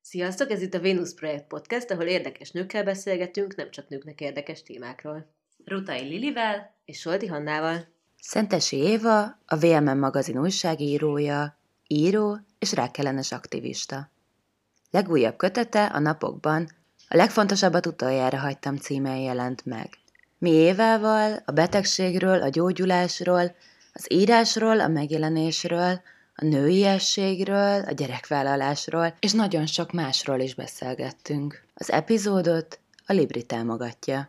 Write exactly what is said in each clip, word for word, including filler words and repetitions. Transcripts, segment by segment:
Sziasztok, ez itt a Vénusz Projekt Podcast, ahol érdekes nőkkel beszélgetünk, nem csak nőknek érdekes témákról. Rutai Lilivel és Solti Hannával. Szentesi Éva, a vé em en magazin újságírója, író és rákellenes aktivista. Legújabb kötete a napokban a legfontosabbat utoljára hagytam címen jelent meg. Mi Évával a betegségről, a gyógyulásról, az írásról, a megjelenésről, a nőiességről, a gyerekvállalásról, és nagyon sok másról is beszélgettünk. Az epizódot a Libri támogatja.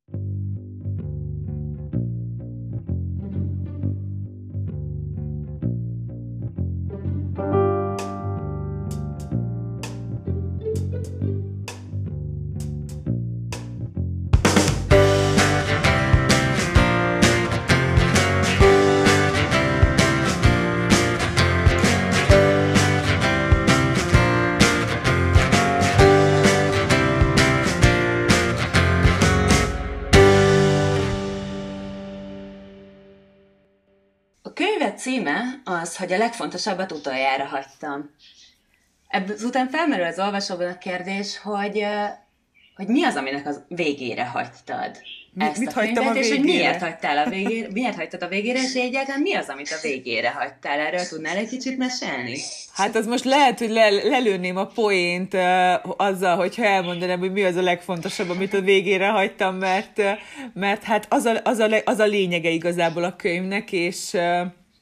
címe az, hogy a legfontosabbat utoljára hagytam. Ezután felmerül az olvasóban a kérdés, hogy, hogy mi az, aminek az végére hagytad mi, ezt mit a könyvet, a és hogy miért hagytál a végére, miért hagytad a végére, és egyáltalán mi az, amit a végére hagytál? Erről tudnál egy kicsit mesélni? Hát az most lehet, hogy le, lelőném a poént uh, azzal, hogyha elmondanám, hogy mi az a legfontosabb, amit a végére hagytam, mert, uh, mert hát az a, az, a, az a lényege igazából a könyvnek, és... Uh,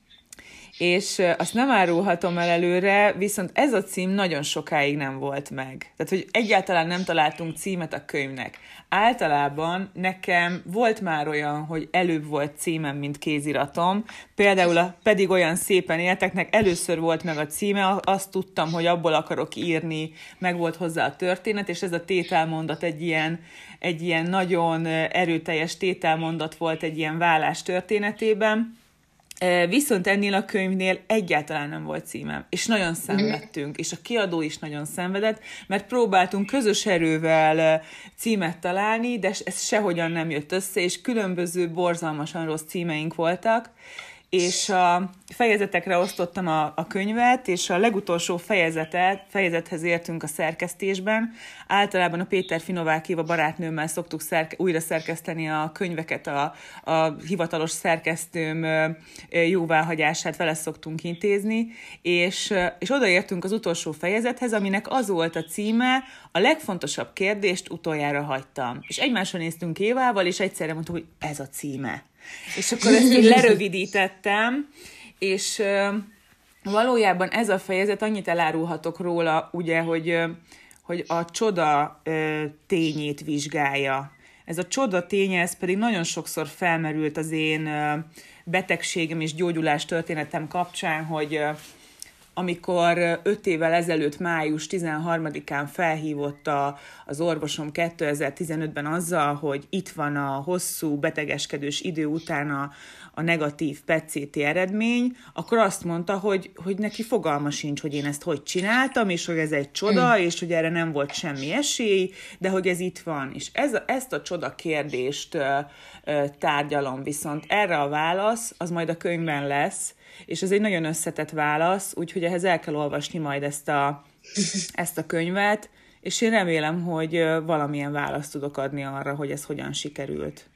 és azt nem árulhatom el előre, viszont ez a cím nagyon sokáig nem volt meg. Tehát, hogy egyáltalán nem találtunk címet a könyvnek. Általában nekem volt már olyan, hogy előbb volt címem, mint kéziratom. Például a Pedig olyan szépen élteknek először volt meg a címe, azt tudtam, hogy abból akarok írni, meg volt hozzá a történet, és ez a tételmondat egy ilyen, egy ilyen nagyon erőteljes tételmondat volt egy ilyen vállás történetében. Viszont ennél a könyvnél egyáltalán nem volt címem, és nagyon szenvedtünk, és a kiadó is nagyon szenvedett, mert próbáltunk közös erővel címet találni, de ez sehogyan nem jött össze, és különböző borzalmasan rossz címeink voltak, és a fejezetekre osztottam a, a könyvet, és a legutolsó fejezetet, fejezethez értünk a szerkesztésben. Általában a Péter Finovákéva barátnőmmel szoktuk szerke, újra szerkeszteni a könyveket, a, a hivatalos szerkesztőm jóváhagyását vele szoktunk intézni, és, és odaértünk az utolsó fejezethez, aminek az volt a címe, a legfontosabb kérdést utoljára hagytam. És egymásra néztünk Évával, és egyszerre mondtuk, hogy ez a címe. És akkor ezt így lerövidítettem, és uh, valójában ez a fejezet, annyit elárulhatok róla, ugye, hogy, uh, hogy a csoda uh, tényét vizsgálja. Ez a csoda ténye, ez pedig nagyon sokszor felmerült az én uh, betegségem és gyógyulás történetem kapcsán, hogy uh, amikor öt évvel ezelőtt, május tizenharmadikán felhívott a, az orvosom kétezer-tizenötben azzal, hogy itt van a hosszú betegeskedős idő után a, a negatív pé é cé té eredmény, akkor azt mondta, hogy, hogy neki fogalma sincs, hogy én ezt hogy csináltam, és hogy ez egy csoda, mm. és hogy erre nem volt semmi esély, de hogy ez itt van. És ez a, ezt a csoda kérdést ö, ö, tárgyalom, viszont erre a válasz, az majd a könyvben lesz, és ez egy nagyon összetett válasz, úgyhogy ehhez el kell olvasni majd ezt a, ezt a könyvet, és én remélem, hogy valamilyen választ tudok adni arra, hogy ez hogyan sikerült.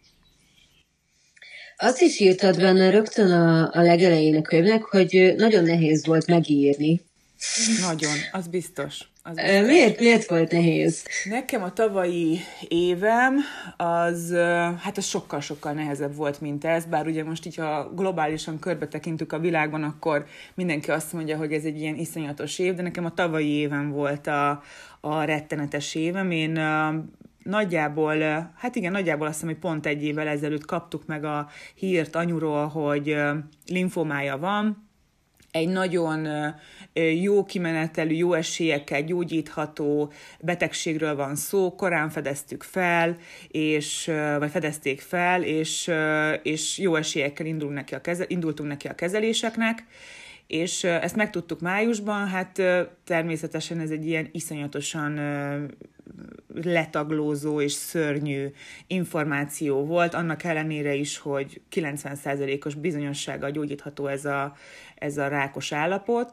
Azt is írtad benne rögtön a, a legelején a könyvnek, hogy nagyon nehéz volt megírni. Nagyon, az biztos. Az biztos. Miért, miért volt nehéz? Nekem a tavalyi évem az, hát az sokkal-sokkal nehezebb volt, mint ez, bár ugye most így, ha globálisan körbe tekintünk a világban, akkor mindenki azt mondja, hogy ez egy ilyen iszonyatos év, de nekem a tavalyi évem volt a, a rettenetes évem. Én nagyjából, hát igen, nagyjából azt hiszem, hogy pont egy évvel ezelőtt kaptuk meg a hírt anyuról, hogy limfomája van, egy nagyon jó kimenetelű, jó esélyekkel gyógyítható betegségről van szó, korán fedeztük fel, és, vagy fedezték fel, és, és jó esélyekkel indultunk neki, a kezel, indultunk neki a kezeléseknek, és ezt megtudtuk májusban, hát természetesen ez egy ilyen iszonyatosan letaglózó és szörnyű információ volt, annak ellenére is, hogy kilencven százalékos bizonyossággal gyógyítható ez a, ez a rákos állapot,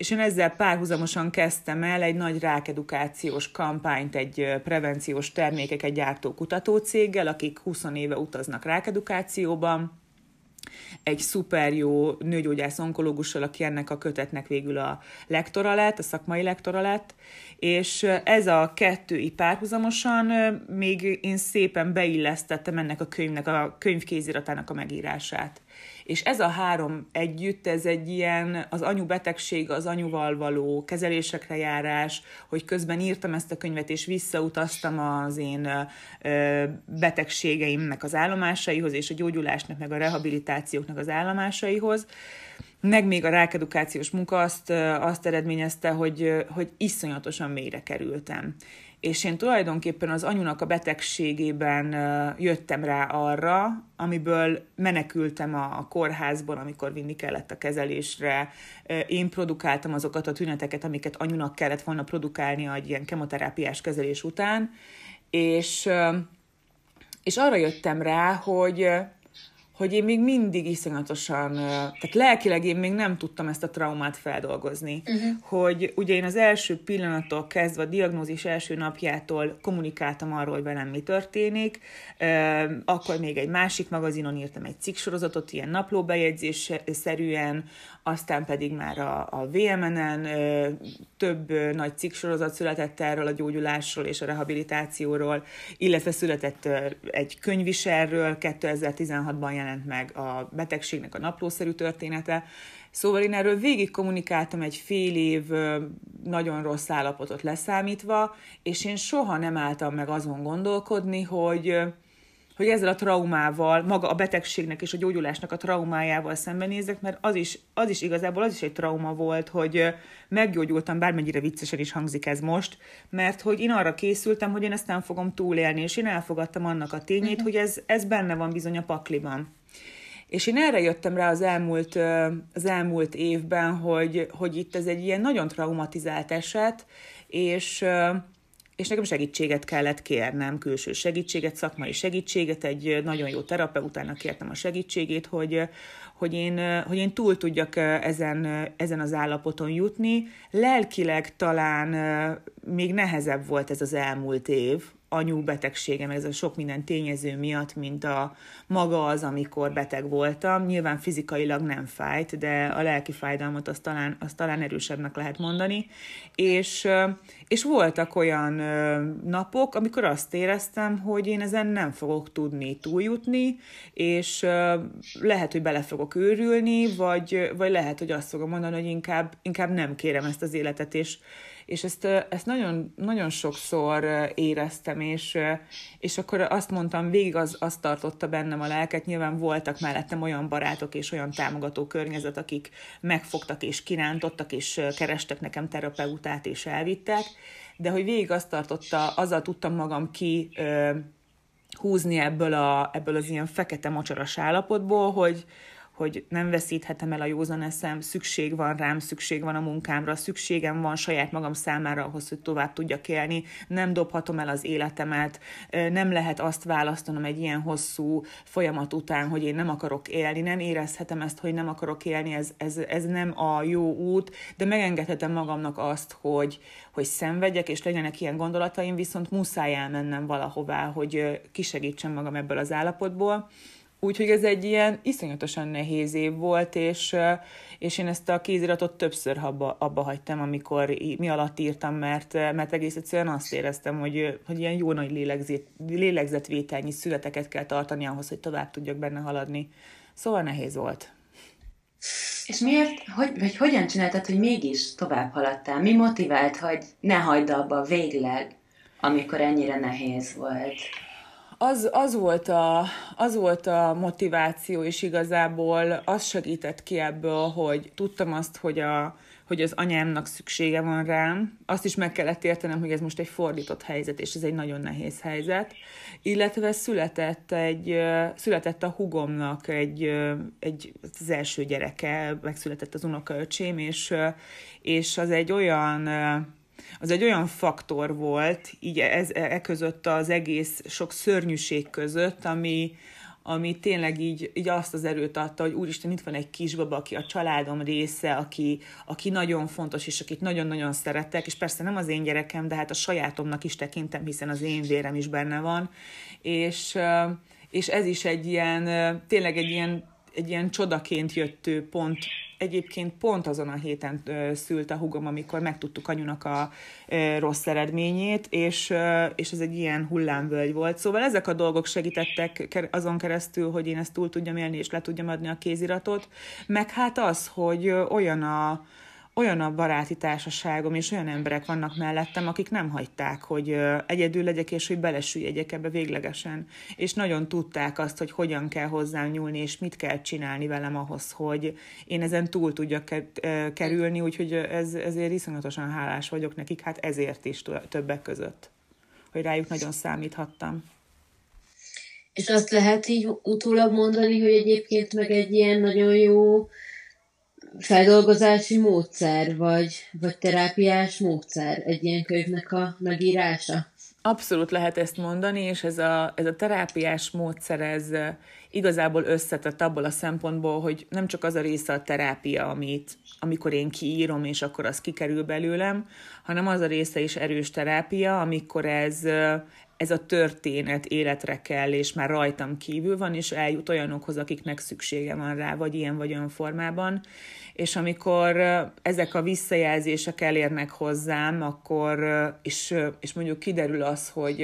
és én ezzel párhuzamosan kezdtem el egy nagy rákedukációs kampányt egy prevenciós termékeket gyártó kutatócéggel, akik húsz éve utaznak rákedukációban, egy szuper jó nőgyógyász onkológussal, aki ennek a kötetnek végül a lektora lett, a szakmai lektora lett, és ez a kettő így párhuzamosan még én szépen beillesztettem ennek a könyvnek, a könyvkéziratának a megírását. És ez a három együtt, ez egy ilyen az anyu betegsége, az anyuval való kezelésekre járás, hogy közben írtam ezt a könyvet, és visszautaztam az én betegségeimnek az állomásaihoz, és a gyógyulásnak, meg a rehabilitációknak az állomásaihoz. Meg még a rákedukációs munka azt, azt eredményezte, hogy, hogy iszonyatosan mélyre kerültem. És én tulajdonképpen az anyunak a betegségében jöttem rá arra, amiből menekültem a kórházból, amikor vinni kellett a kezelésre. Én produkáltam azokat a tüneteket, amiket anyunak kellett volna produkálnia egy ilyen kemoterápiás kezelés után, és, és arra jöttem rá, hogy hogy én még mindig iszonyatosan, tehát lelkileg én még nem tudtam ezt a traumát feldolgozni. Uh-huh. Hogy ugye én az első pillanattól kezdve, a diagnózis első napjától kommunikáltam arról, hogy velem mi történik, akkor még egy másik magazinon írtam egy cikksorozatot, ilyen naplóbejegyzés-szerűen, aztán pedig már a, a vé em en-en több nagy cikksorozat született erről a gyógyulásról és a rehabilitációról, illetve született egy könyv is erről, kétezer-tizenhatban jelent meg a betegségnek a naplószerű története. Szóval én erről végig kommunikáltam egy fél év nagyon rossz állapotot leszámítva, és én soha nem álltam meg azon gondolkodni, hogy hogy ezzel a traumával, maga a betegségnek és a gyógyulásnak a traumájával szembenézek, mert az is, az is igazából az is egy trauma volt, hogy meggyógyultam, bármennyire viccesen is hangzik ez most, mert hogy én arra készültem, hogy én ezt nem fogom túlélni, és én elfogadtam annak a tényét, uh-huh. hogy ez, ez benne van bizony a pakliban. És én erre jöttem rá az elmúlt, az elmúlt évben, hogy, hogy itt ez egy ilyen nagyon traumatizált eset, és... és nekem segítséget kellett kérnem, külső segítséget, szakmai segítséget, egy nagyon jó terapeutának kértem a segítségét, hogy, hogy, én, hogy én túl tudjak ezen, ezen az állapoton jutni. Lelkileg talán még nehezebb volt ez az elmúlt év, anyu betegsége, meg ez a sok minden tényező miatt, mint a maga az, amikor beteg voltam. Nyilván fizikailag nem fájt, de a lelki fájdalmat azt talán, azt talán erősebbnek lehet mondani. És, és voltak olyan napok, amikor azt éreztem, hogy én ezen nem fogok tudni túljutni, és lehet, hogy bele fogok őrülni, vagy, vagy lehet, hogy azt fogom mondani, hogy inkább, inkább nem kérem ezt az életet, és És ezt, ezt nagyon, nagyon sokszor éreztem, és, és akkor azt mondtam, végig az, azt tartotta bennem a lelket, nyilván voltak mellettem olyan barátok és olyan támogató környezet, akik megfogtak és kirántottak, és kerestek nekem terapeutát, és elvittek, de hogy végig azt tartotta, azzal tudtam magam ki húzni ebből, a, ebből az ilyen fekete mocsaras állapotból, hogy hogy nem veszíthetem el a józan eszem, szükség van rám, szükség van a munkámra, szükségem van saját magam számára ahhoz, hogy tovább tudjak élni, nem dobhatom el az életemet, nem lehet azt választanom egy ilyen hosszú folyamat után, hogy én nem akarok élni, nem érezhetem ezt, hogy nem akarok élni, ez, ez, ez nem a jó út, de megengedhetem magamnak azt, hogy, hogy szenvedjek, és legyenek ilyen gondolataim, viszont muszáj elmennem valahová, hogy kisegítsem magam ebből az állapotból. Úgyhogy ez egy ilyen iszonyatosan nehéz év volt, és, és én ezt a kéziratot többször abba, abba hagytam, amikor mi alatt írtam, mert, mert egész egyszerűen azt éreztem, hogy, hogy ilyen jó nagy lélegzet, lélegzetvételnyi születeket kell tartani ahhoz, hogy tovább tudjak benne haladni. Szóval nehéz volt. És miért, hogy, vagy hogyan csináltad, hogy mégis tovább haladtál? Mi motivált, hogy ne hagyd abba végleg, amikor ennyire nehéz volt? Az, az, volt a, az volt a motiváció, és igazából az segített ki ebből, hogy tudtam azt, hogy, a, hogy az anyámnak szüksége van rám. Azt is meg kellett értenem, hogy ez most egy fordított helyzet, és ez egy nagyon nehéz helyzet. Illetve született, egy, született a húgomnak egy, egy, az első gyereke, megszületett az unokaöcsém, és, és az egy olyan... az egy olyan faktor volt, így ez, e között az egész sok szörnyűség között, ami, ami tényleg így, így azt az erőt adta, hogy úristen, itt van egy kisbaba, aki a családom része, aki, aki nagyon fontos, és akit nagyon-nagyon szeretek, és persze nem az én gyerekem, de hát a sajátomnak is tekintem, hiszen az én vérem is benne van, és, és ez is egy ilyen, tényleg egy ilyen, egy ilyen csodaként jött pont. Egyébként pont azon a héten szült a húgom, amikor megtudtuk anyunak a rossz eredményét, és, és ez egy ilyen hullámvölgy volt. Szóval ezek a dolgok segítettek azon keresztül, hogy én ezt túl tudjam élni, és le tudjam adni a kéziratot. Meg hát az, hogy olyan a, olyan a baráti társaságom, és olyan emberek vannak mellettem, akik nem hagyták, hogy egyedül legyek, és hogy belesüljegyek ebbe véglegesen. És nagyon tudták azt, hogy hogyan kell hozzám nyúlni, és mit kell csinálni velem ahhoz, hogy én ezen túl tudjak kerülni, úgyhogy ez, ezért iszonyatosan hálás vagyok nekik, hát ezért is többek között, hogy rájuk nagyon számíthattam. És azt lehet így utólag mondani, hogy egyébként meg egy ilyen nagyon jó feldolgozási módszer, vagy, vagy terápiás módszer egy ilyen könyvnek a megírása? Abszolút lehet ezt mondani, és ez a, ez a terápiás módszer, ez igazából összetett abból a szempontból, hogy nem csak az a része a terápia, amit, amikor én kiírom, és akkor az kikerül belőlem, hanem az a része is erős terápia, amikor ez, ez a történet életre kell, és már rajtam kívül van, és eljut olyanokhoz, akiknek szüksége van rá, vagy ilyen vagy olyan formában. És amikor ezek a visszajelzések elérnek hozzám, akkor, és, és mondjuk kiderül az, hogy,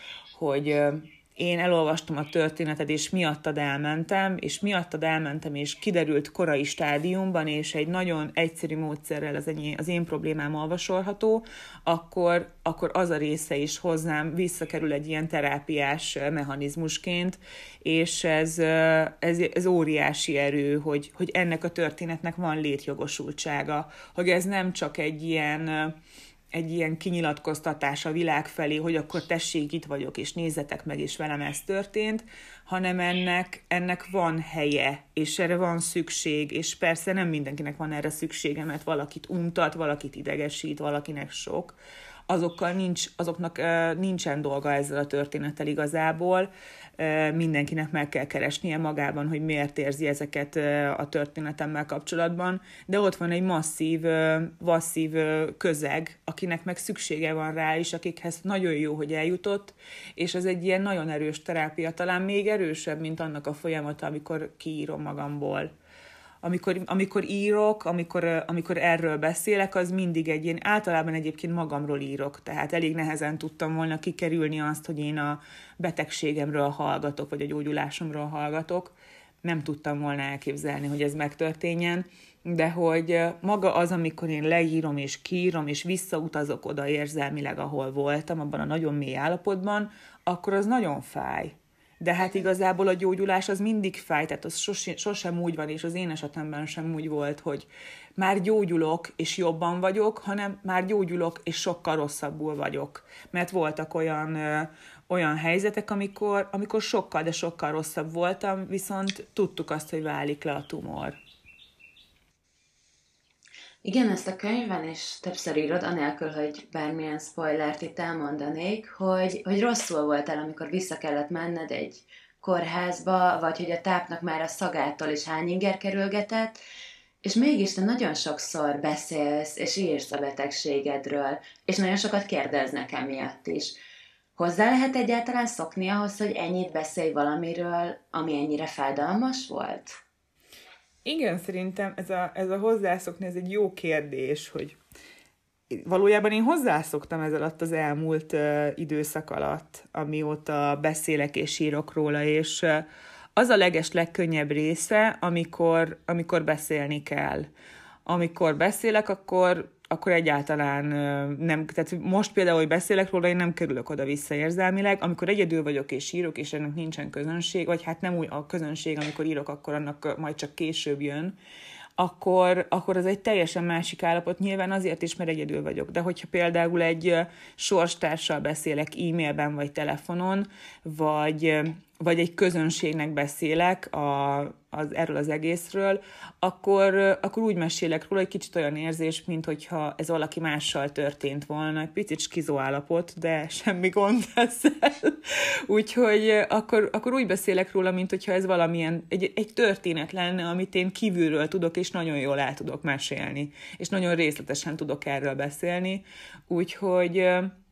hogy én elolvastam a történetet, és miattad elmentem, és miattad elmentem, és kiderült korai stádiumban, és egy nagyon egyszerű módszerrel az én, az én problémám olvasolható, akkor, akkor az a része is hozzám visszakerül egy ilyen terápiás mechanizmusként, és ez, ez, ez óriási erő, hogy, hogy ennek a történetnek van létjogosultsága, hogy ez nem csak egy ilyen... egy ilyen kinyilatkoztatás a világ felé, hogy akkor tessék, itt vagyok, és nézzetek meg, és velem ez történt, hanem ennek, ennek van helye, és erre van szükség, és persze nem mindenkinek van erre szüksége, mert valakit untat, valakit idegesít, valakinek sok, azokkal nincs, azoknak uh, nincsen dolga ezzel a történettel igazából, uh, mindenkinek meg kell keresnie magában, hogy miért érzi ezeket uh, a történetemmel kapcsolatban, de ott van egy masszív, uh, masszív uh, közeg, akinek meg szüksége van rá, és akikhez nagyon jó, hogy eljutott, és ez egy ilyen nagyon erős terápia, talán még erősebb, mint annak a folyamata, amikor kiírom magamból. Amikor, amikor írok, amikor, amikor erről beszélek, az mindig egy ilyen, általában egyébként magamról írok, tehát elég nehezen tudtam volna kikerülni azt, hogy én a betegségemről hallgatok, vagy a gyógyulásomról hallgatok. Nem tudtam volna elképzelni, hogy ez megtörténjen, de hogy maga az, amikor én leírom és kiírom, és visszautazok oda érzelmileg, ahol voltam, abban a nagyon mély állapotban, akkor az nagyon fáj. De hát igazából a gyógyulás az mindig fáj, tehát az sosem, sosem úgy van, és az én esetemben sem úgy volt, hogy már gyógyulok, és jobban vagyok, hanem már gyógyulok, és sokkal rosszabbul vagyok. Mert voltak olyan, ö, olyan helyzetek, amikor, amikor sokkal, de sokkal rosszabb voltam, viszont tudtuk azt, hogy válik le a tumor. Igen, ezt a könyvben is többször írod, anélkül, hogy bármilyen spoilert itt elmondanék, hogy, hogy rosszul voltál, amikor vissza kellett menned egy kórházba, vagy hogy a tápnak már a szagától is hány inger kerülgetett, és mégis te nagyon sokszor beszélsz és írsz a betegségedről, és nagyon sokat kérdeznek emiatt is. Hozzá lehet egyáltalán szokni ahhoz, hogy ennyit beszélj valamiről, ami ennyire fájdalmas volt? Igen, szerintem ez a, ez a hozzászokni, ez egy jó kérdés, hogy valójában én hozzászoktam ez alatt az elmúlt uh, időszak alatt, amióta beszélek és írok róla, és uh, az a leges legkönnyebb része, amikor, amikor beszélni kell. Amikor beszélek, akkor, akkor egyáltalán uh, nem, tehát most például, hogy beszélek róla, én nem kerülök oda vissza érzelmileg, amikor egyedül vagyok és írok, és ennek nincsen közönség, vagy hát nem úgy a közönség, amikor írok, akkor annak majd csak később jön, akkor, akkor az egy teljesen másik állapot, nyilván azért is, mert egyedül vagyok. De hogyha például egy sorstársal beszélek e-mailben vagy telefonon, vagy, vagy egy közönségnek beszélek a, az, erről az egészről, akkor, akkor úgy mesélek róla, egy kicsit olyan érzés, mint hogyha ez valaki mással történt volna, egy picit skizoállapot, de semmi gond ezzel. Úgyhogy akkor, akkor úgy beszélek róla, mint hogyha ez valamilyen, egy, egy történet lenne, amit én kívülről tudok, és nagyon jól el tudok mesélni, és nagyon részletesen tudok erről beszélni. Úgyhogy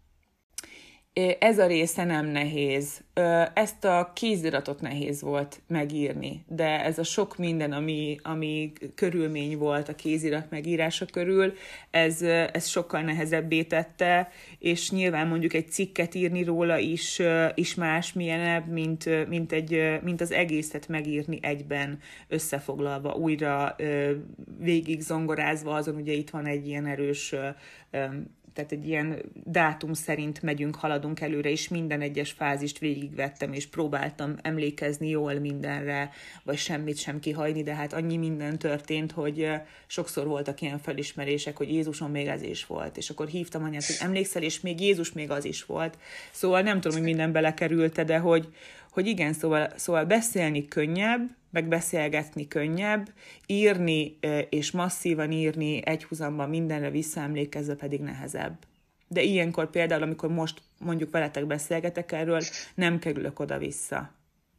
ez a része nem nehéz. Ezt a kéziratot nehéz volt megírni, de ez a sok minden, ami, ami körülmény volt a kézirat megírása körül, ez, ez sokkal nehezebbé tette, és nyilván mondjuk egy cikket írni róla is, is másmilyenebb, mint, mint, egy, mint az egészet megírni egyben, összefoglalva, újra végig zongorázva, azon ugye itt van egy ilyen erős, tehát egy ilyen dátum szerint megyünk, haladunk előre, és minden egyes fázist végigvettem, és próbáltam emlékezni jól mindenre, vagy semmit sem kihagyni, de hát annyi minden történt, hogy sokszor voltak ilyen felismerések, hogy Jézuson még ez is volt, és akkor hívtam anyát, hogy emlékszel, és még Jézus még az is volt. Szóval nem tudom, hogy minden belekerülte, de hogy, hogy igen, szóval, szóval beszélni könnyebb, meg beszélgetni könnyebb, írni és masszívan írni egyhuzamban mindenre visszaemlékezve pedig nehezebb. De ilyenkor például, amikor most mondjuk veletek beszélgetek erről, nem kerülök oda-vissza.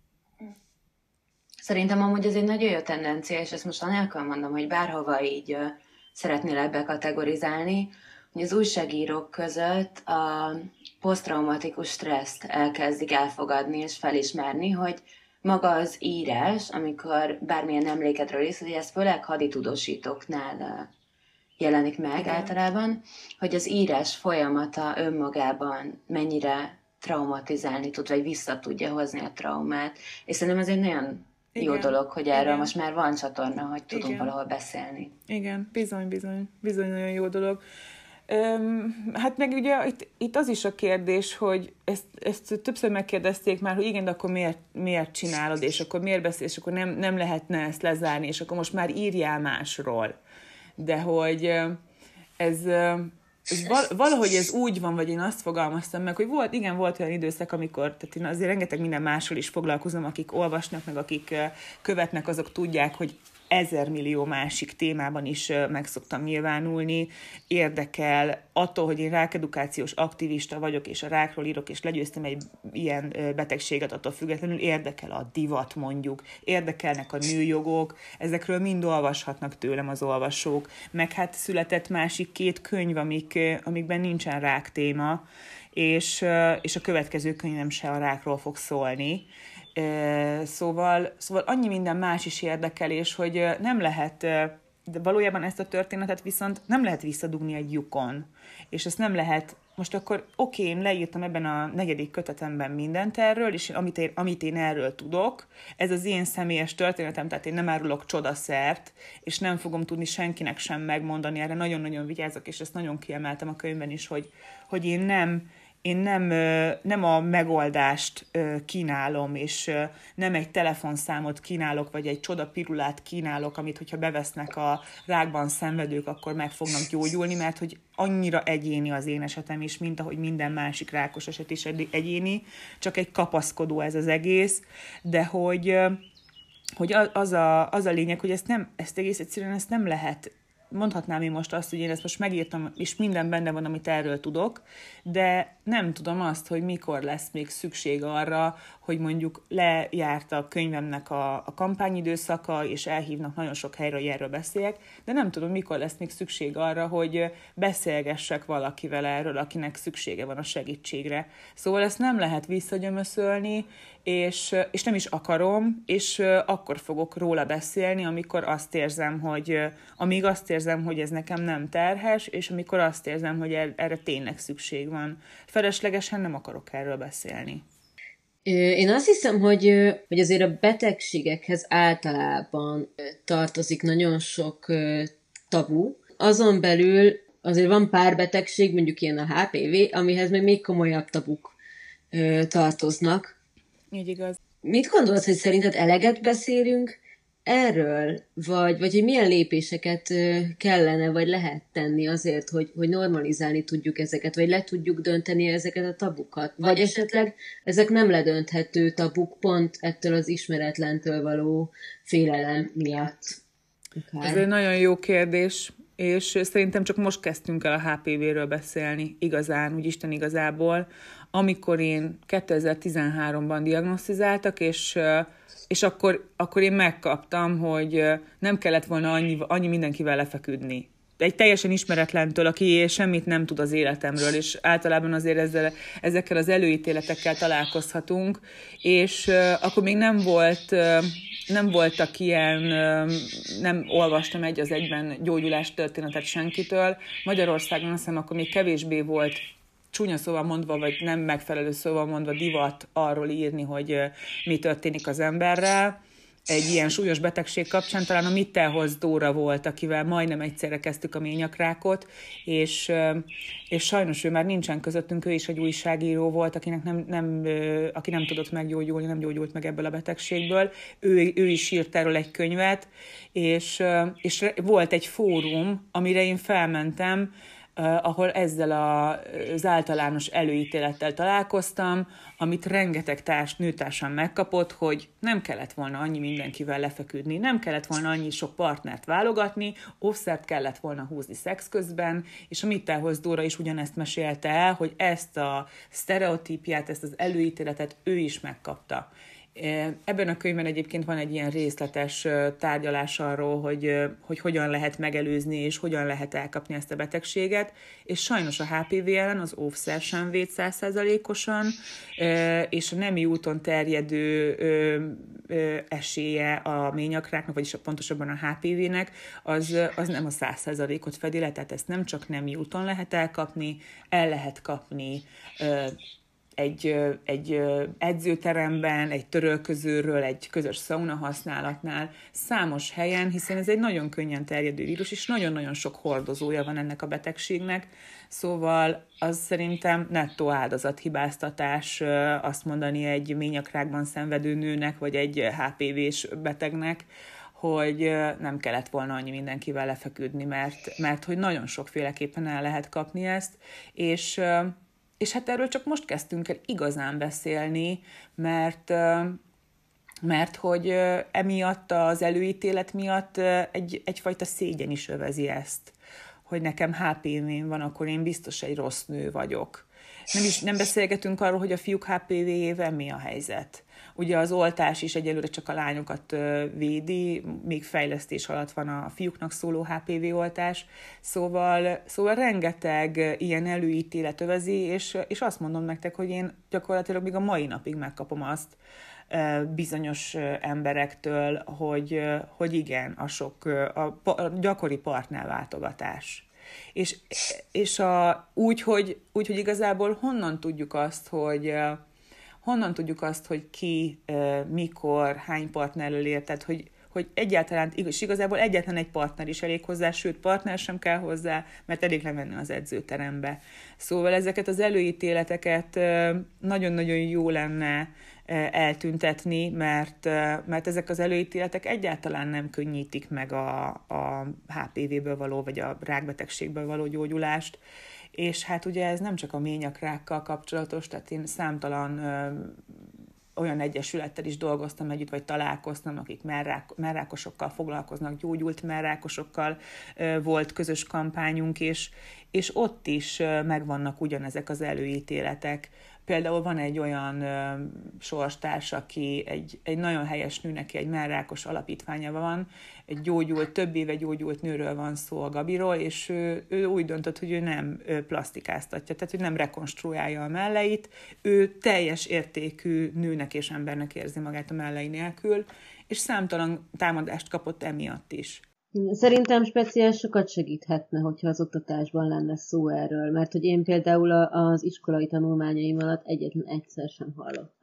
Szerintem amúgy ez egy nagyon jó tendencia, és ezt most anélkül mondom, hogy bárhova így uh, szeretnél ebbe kategorizálni, hogy az újságírók között a posztraumatikus stresszt elkezdik elfogadni és felismerni, hogy maga az írás, amikor bármilyen emlékedről is, hogy ez főleg haditudósítóknál jelenik meg Igen. általában, hogy az írás folyamata önmagában mennyire traumatizálni tud, vagy vissza tudja hozni a traumát. És szerintem ez egy nagyon Igen. jó dolog, hogy erről Igen. most már van csatorna, hogy tudunk Igen. valahol beszélni. Igen, bizony, bizony, bizony nagyon jó dolog. Öm, hát meg ugye itt, itt az is a kérdés, hogy ezt, ezt többször megkérdezték már, hogy igen, de akkor miért, miért csinálod, és akkor miért beszélsz, és akkor nem, nem lehetne ezt lezárni, és akkor most már írjál másról. De hogy ez, ez valahogy ez úgy van, vagy én azt fogalmaztam meg, hogy volt, igen, volt olyan időszak, amikor, tehát én azért rengeteg minden másról is foglalkozom, akik olvasnak, meg akik követnek, azok tudják, hogy ezermillió másik témában is meg szoktam nyilvánulni. Érdekel attól, hogy én rákedukációs aktivista vagyok, és a rákról írok, és legyőztem egy ilyen betegséget, attól függetlenül érdekel a divat mondjuk, érdekelnek a nőjogok, ezekről mind olvashatnak tőlem az olvasók. Meg hát született másik két könyv, amik, amikben nincsen rák téma, és, és a következő könyvem se a rákról fog szólni. Szóval, szóval annyi minden más is érdekel, és hogy nem lehet, de valójában ezt a történetet viszont nem lehet visszadugni egy lyukon. És ezt nem lehet, most akkor oké, én leírtam ebben a negyedik kötetemben mindent erről, és amit én, amit én erről tudok, ez az én személyes történetem, tehát én nem árulok csodaszert, és nem fogom tudni senkinek sem megmondani, erre nagyon-nagyon vigyázok, és ezt nagyon kiemeltem a könyvben is, hogy, hogy én nem... Én nem, nem a megoldást kínálom, és nem egy telefonszámot kínálok, vagy egy csodapirulát kínálok, amit, hogyha bevesznek a rákban szenvedők, akkor meg fognak gyógyulni, mert hogy annyira egyéni az én esetem is, mint ahogy minden másik rákos eset is egyéni, csak egy kapaszkodó ez az egész, de hogy, hogy az, a, az a lényeg, hogy ezt, nem, ezt egész egyszerűen ezt nem lehet. Mondhatnám én most azt, hogy én ezt most megírtam, és minden benne van, amit erről tudok, de nem tudom azt, hogy mikor lesz még szükség arra, hogy mondjuk lejárt a könyvemnek a, a kampányidőszaka, és elhívnak nagyon sok helyről, hogy erről beszéljek, de nem tudom, mikor lesz még szükség arra, hogy beszélgessek valakivel erről, akinek szüksége van a segítségre. Szóval ezt nem lehet visszagyömöszölni, és, és nem is akarom, és akkor fogok róla beszélni, amikor azt érzem, hogy amíg azt érzem, hogy ez nekem nem terhes, és amikor azt érzem, hogy erre tényleg szükség van. Feleslegesen nem akarok erről beszélni. Én azt hiszem, hogy, hogy azért a betegségekhez általában tartozik nagyon sok tabu. Azon belül azért van pár betegség, mondjuk ilyen a há pé vé, amihez még, még komolyabb tabuk tartoznak. Így igaz. Mit gondolsz, hogy szerinted eleget beszélünk erről, vagy, vagy hogy milyen lépéseket kellene, vagy lehet tenni azért, hogy, hogy normalizálni tudjuk ezeket, vagy le tudjuk dönteni ezeket a tabukat, vagy esetleg ezek nem ledönthető tabuk pont ettől az ismeretlentől való félelem miatt. Ez egy nagyon jó kérdés, és szerintem csak most kezdtünk el a há pé vé-ről beszélni igazán, úgy Isten igazából, amikor én kétezer-tizenháromban diagnosztizáltak, és, és akkor, akkor én megkaptam, hogy nem kellett volna annyi, annyi mindenkivel lefeküdni. Egy teljesen ismeretlentől, aki semmit nem tud az életemről, és általában azért ezzel, ezekkel az előítéletekkel találkozhatunk, és uh, akkor még nem volt, uh, nem voltak ilyen, uh, nem olvastam egy az egyben gyógyulás történetet senkitől. Magyarországon azt hiszem, akkor még kevésbé volt csúnya szóval mondva, vagy nem megfelelő szóval mondva divat arról írni, hogy uh, mi történik az emberrel. Egy ilyen súlyos betegség kapcsán talán a Mittelhoz Dóra volt, akivel majdnem egyszerre kezdtük a ményakrákot, és, és sajnos ő már nincsen közöttünk, ő is egy újságíró volt, akinek nem, nem, aki nem tudott meggyógyulni, nem gyógyult meg ebből a betegségből. Ő, ő is írt erről egy könyvet, és, és volt egy fórum, amire én felmentem, Uh, ahol ezzel a, az általános előítélettel találkoztam, amit rengeteg társ, nőtársam megkapott, hogy nem kellett volna annyi mindenkivel lefeküdni, nem kellett volna annyi sok partnert válogatni, offszert kellett volna húzni szex közben, és a Mittelhoz Dóra is ugyanezt mesélte el, hogy ezt a sztereotípiát, ezt az előítéletet ő is megkapta. Ebben a könyvben egyébként van egy ilyen részletes tárgyalás arról, hogy, hogy hogyan lehet megelőzni, és hogyan lehet elkapni ezt a betegséget, és sajnos a há pé vé ellen az óvszer sem véd száz százalékosan, és a nemi úton terjedő esélye a ményakráknak, vagyis pontosabban a há pé vé-nek, az, az nem a száz százalékot fedi le, tehát ezt nem csak nemi úton lehet elkapni, el lehet kapni egy, egy edzőteremben, egy törölközőről, egy közös szauna használatnál, számos helyen, hiszen ez egy nagyon könnyen terjedő vírus, és nagyon-nagyon sok hordozója van ennek a betegségnek, szóval az szerintem nettó áldozathibáztatás azt mondani egy ményakrákban szenvedő nőnek, vagy egy há pé vés betegnek, hogy nem kellett volna annyi mindenkivel lefeküdni, mert, mert hogy nagyon sokféleképpen el lehet kapni ezt, és És hát erről csak most kezdtünk el igazán beszélni, mert, mert hogy emiatt az előítélet miatt egy, egyfajta szégyen is övezi ezt, hogy nekem há pé vém van, akkor én biztos egy rossz nő vagyok. Nem, is, nem beszélgetünk arról, hogy a fiúk há pé véjével mi a helyzet. Ugye az oltás is egyelőre csak a lányokat védi, még fejlesztés alatt van a fiúknak szóló há pé vé oltás, szóval, szóval rengeteg ilyen előítélet övezi, és, és azt mondom nektek, hogy én gyakorlatilag még a mai napig megkapom azt bizonyos emberektől, hogy, hogy igen, a sok a, a gyakori partnerváltogatás. És, és a, úgy, hogy, úgy, hogy igazából honnan tudjuk azt, hogy honnan tudjuk azt, hogy ki, mikor, hány partnerrel ér, tehát hogy, hogy egyáltalán, és igazából egyetlen egy partner is elég hozzá, sőt, partner sem kell hozzá, mert elég lemenni az edzőterembe. Szóval ezeket az előítéleteket nagyon-nagyon jó lenne eltüntetni, mert, mert ezek az előítéletek egyáltalán nem könnyítik meg a, a há pé véből való, vagy a rákbetegségből való gyógyulást, és hát ugye ez nem csak a ményakrákkal kapcsolatos, tehát én számtalan ö, olyan egyesülettel is dolgoztam együtt, vagy találkoztam, akik merrák, merrákosokkal foglalkoznak, gyógyult merrákosokkal ö, volt közös kampányunk, és, és ott is ö, megvannak ugyanezek az előítéletek. Például van egy olyan ö, sorstárs, aki egy, egy nagyon helyes nő, neki egy merrákos alapítványa van, egy gyógyult, több éve gyógyult nőről van szó, a Gabiról, és ő, ő úgy döntött, hogy ő nem plasztikáztatja, tehát hogy nem rekonstruálja a melleit, ő teljes értékű nőnek és embernek érzi magát a mellei nélkül, és számtalan támadást kapott emiatt is. Szerintem speciál sokat segíthetne, hogyha az oktatásban lenne szó erről, mert hogy én például az iskolai tanulmányaim alatt egyetlen egyszer sem hallottam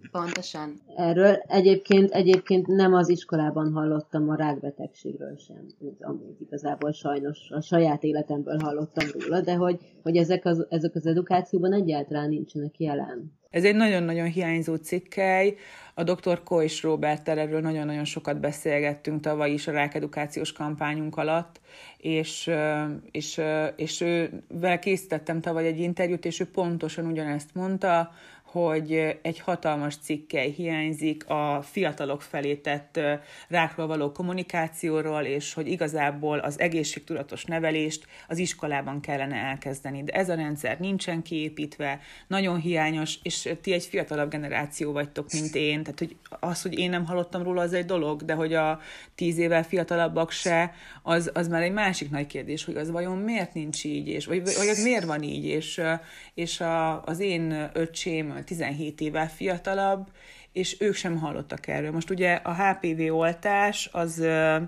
Pontosan. Erről egyébként, egyébként nem az iskolában hallottam a rákbetegségről sem. Amúgy igazából sajnos a saját életemből hallottam róla, de hogy, hogy ezek, az, ezek az edukációban egyáltalán nincsenek jelen. Ez egy nagyon-nagyon hiányzó cikkely. A doktor Kois Róberttel erről nagyon-nagyon sokat beszélgettünk tavaly is a rákedukációs kampányunk alatt, és, és, és ővel készítettem tavaly egy interjút, és ő pontosan ugyanezt mondta, hogy egy hatalmas cikkely hiányzik a fiatalok felé tett rákról való kommunikációról, és hogy igazából az egészségtudatos nevelést az iskolában kellene elkezdeni. De ez a rendszer nincsen kiépítve, nagyon hiányos, és ti egy fiatalabb generáció vagytok, mint én. Tehát hogy az, hogy én nem hallottam róla, az egy dolog, de hogy a tíz évvel fiatalabbak se, az, az már egy másik nagy kérdés, hogy az vajon miért nincs így, és, vagy, vagy az miért van így, és, és a, az én öcsém tizenhét évvel fiatalabb, és ők sem hallottak erről. Most ugye a há pé vé oltás, az,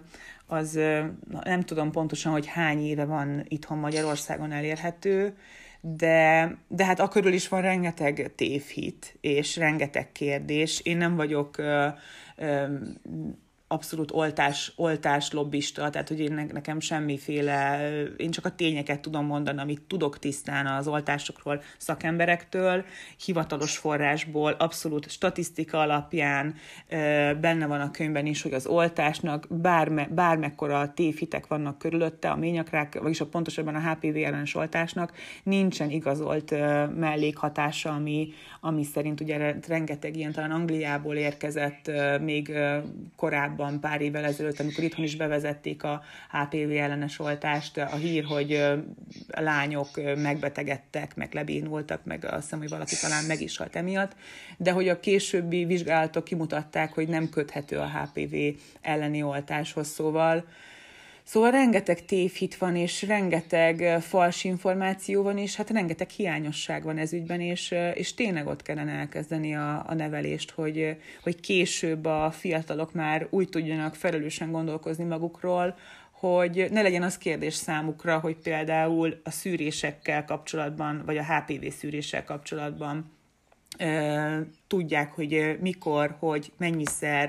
az nem tudom pontosan, hogy hány éve van itthon Magyarországon elérhető, de, de hát akkörül is van rengeteg tévhit, és rengeteg kérdés. Én nem vagyok ö, ö, abszolút oltás, oltás lobbista, tehát hogy én nekem semmiféle, én csak a tényeket tudom mondani, amit tudok tisztán az oltásokról szakemberektől, hivatalos forrásból, abszolút statisztika alapján benne van a könyvben is, hogy az oltásnak bárme, bármekkora tévhitek vannak körülötte, a ményakrák, vagyis a pontosabban a há pé vé ellenes oltásnak nincsen igazolt mellékhatása, ami, ami szerint ugye rengeteg ilyen, talán Angliából érkezett még korábban, pár évvel ezelőtt, amikor itthon is bevezették a há pé vé ellenes oltást, a hír, hogy lányok megbetegedtek, meg lebénultak, meg azt hiszem, hogy valaki talán meg is halt emiatt, de hogy a későbbi vizsgálatok kimutatták, hogy nem köthető a há pé vé elleni oltáshoz, szóval Szóval rengeteg tévhit van, és rengeteg fals információ van, és hát rengeteg hiányosság van ez ügyben, és, és tényleg ott kellene elkezdeni a, a nevelést, hogy, hogy később a fiatalok már úgy tudjanak felelősen gondolkozni magukról, hogy ne legyen az kérdés számukra, hogy például a szűrésekkel kapcsolatban, vagy a há pé vé szűréssel kapcsolatban tudják, hogy mikor, hogy mennyiszer,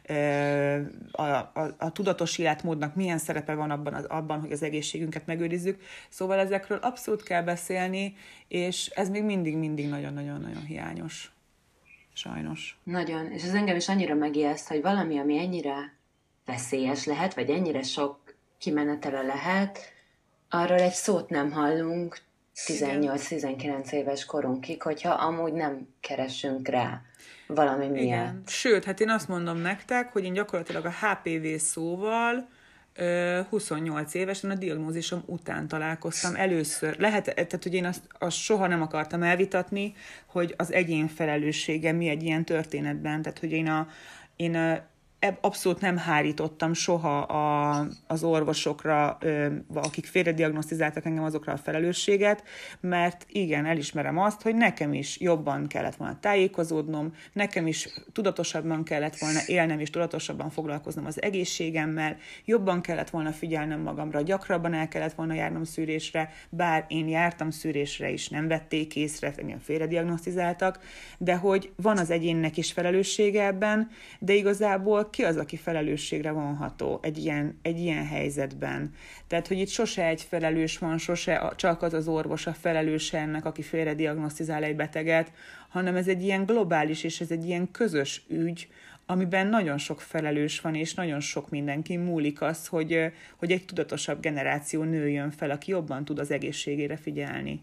a, a, a tudatos életmódnak milyen szerepe van abban, az, abban, hogy az egészségünket megőrizzük. Szóval ezekről abszolút kell beszélni, és ez még mindig-mindig nagyon-nagyon-nagyon hiányos. Sajnos. Nagyon, és ez engem is annyira megijeszt, hogy valami, ami ennyire veszélyes lehet, vagy ennyire sok kimenetele lehet, arról egy szót nem hallunk, tizennyolc-tizenkilenc éves korunkig, hogyha amúgy nem keresünk rá valami miatt. Igen. Sőt, hát én azt mondom nektek, hogy én gyakorlatilag a há pé vé szóval huszonnyolc évesen a diagnózisom után találkoztam először. Lehet, tehát hogy én azt, azt soha nem akartam elvitatni, hogy az egyén felelőssége mi egy ilyen történetben. Tehát, hogy én a, én a abszolút nem hárítottam soha a, az orvosokra, akik félrediagnosztizáltak engem, azokra a felelősséget, mert igen, elismerem azt, hogy nekem is jobban kellett volna tájékozódnom, nekem is tudatosabban kellett volna élnem, és tudatosabban foglalkoznom az egészségemmel, jobban kellett volna figyelnem magamra, gyakrabban el kellett volna járnom szűrésre, bár én jártam szűrésre is, nem vették észre, engem félrediagnosztizáltak, de hogy van az egyénnek is felelőssége ebben, de igazából ki az, aki felelősségre vonható egy ilyen, egy ilyen helyzetben. Tehát, hogy itt sose egy felelős van, sose csak az az orvos a felelőse ennek, aki félrediagnosztizál egy beteget, hanem ez egy ilyen globális, és ez egy ilyen közös ügy, amiben nagyon sok felelős van, és nagyon sok mindenki múlik az, hogy, hogy egy tudatosabb generáció nőjön fel, aki jobban tud az egészségére figyelni.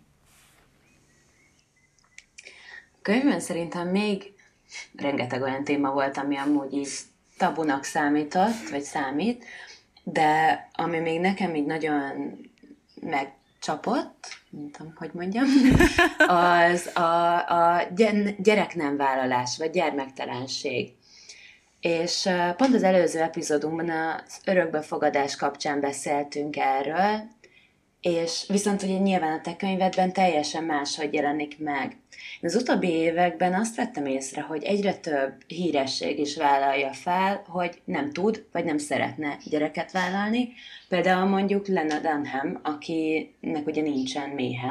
A könyvben szerintem még rengeteg olyan téma volt, ami amúgy így tabunak számított, vagy számít, de ami még nekem így nagyon megcsapott, nem tudom, hogy mondjam, az a, a gyereknemvállalás, vagy gyermektelenség. És pont az előző epizódunkban az örökbefogadás kapcsán beszéltünk erről, és viszont ugye nyilván a te könyvedben teljesen máshogy jelenik meg. Én az utóbbi években azt vettem észre, hogy egyre több híresség is vállalja fel, hogy nem tud, vagy nem szeretne gyereket vállalni. Például mondjuk Lena Dunham, akinek ugye nincsen méhe,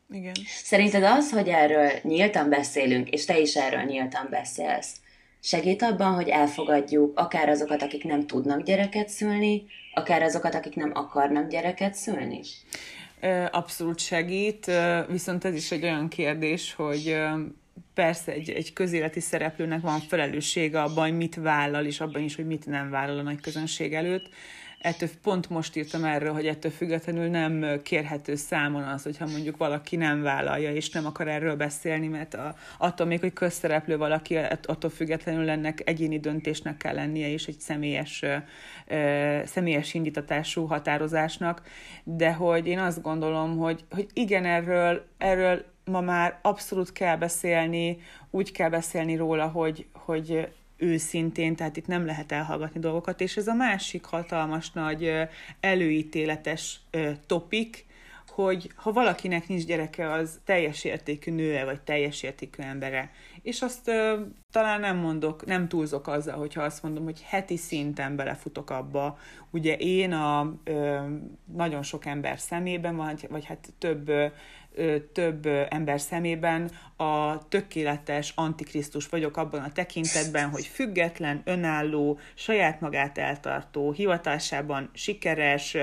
Igen. Szerinted az, hogy erről nyíltan beszélünk, és te is erről nyíltan beszélsz, segít abban, hogy elfogadjuk akár azokat, akik nem tudnak gyereket szülni, akár azokat, akik nem akarnak gyereket szülni? Abszolút segít, viszont ez is egy olyan kérdés, hogy persze egy, egy közéleti szereplőnek van felelőssége abban, hogy mit vállal, és abban is, hogy mit nem vállal a nagy közönség előtt. Ettől pont most írtam erről, hogy ettől függetlenül nem kérhető számon az, hogyha mondjuk valaki nem vállalja, és nem akar erről beszélni, mert a, attól még, hogy közszereplő valaki, attól függetlenül ennek egyéni döntésnek kell lennie, és egy személyes, ö, személyes indítatású határozásnak. De hogy én azt gondolom, hogy, hogy igen, erről, erről ma már abszolút kell beszélni, úgy kell beszélni róla, hogy, hogy őszintén, tehát itt nem lehet elhallgatni dolgokat, és ez a másik hatalmas nagy előítéletes topik, hogy ha valakinek nincs gyereke, az teljes értékű nőe, vagy teljes értékű embere. És azt ö, talán nem mondok, nem túlzok azzal, hogyha azt mondom, hogy heti szinten belefutok abba. Ugye én a ö, nagyon sok ember szemében, vagy, vagy hát több ö, több ember szemében a tökéletes antikrisztus vagyok abban a tekintetben, hogy független, önálló, saját magát eltartó, hivatásában sikeres,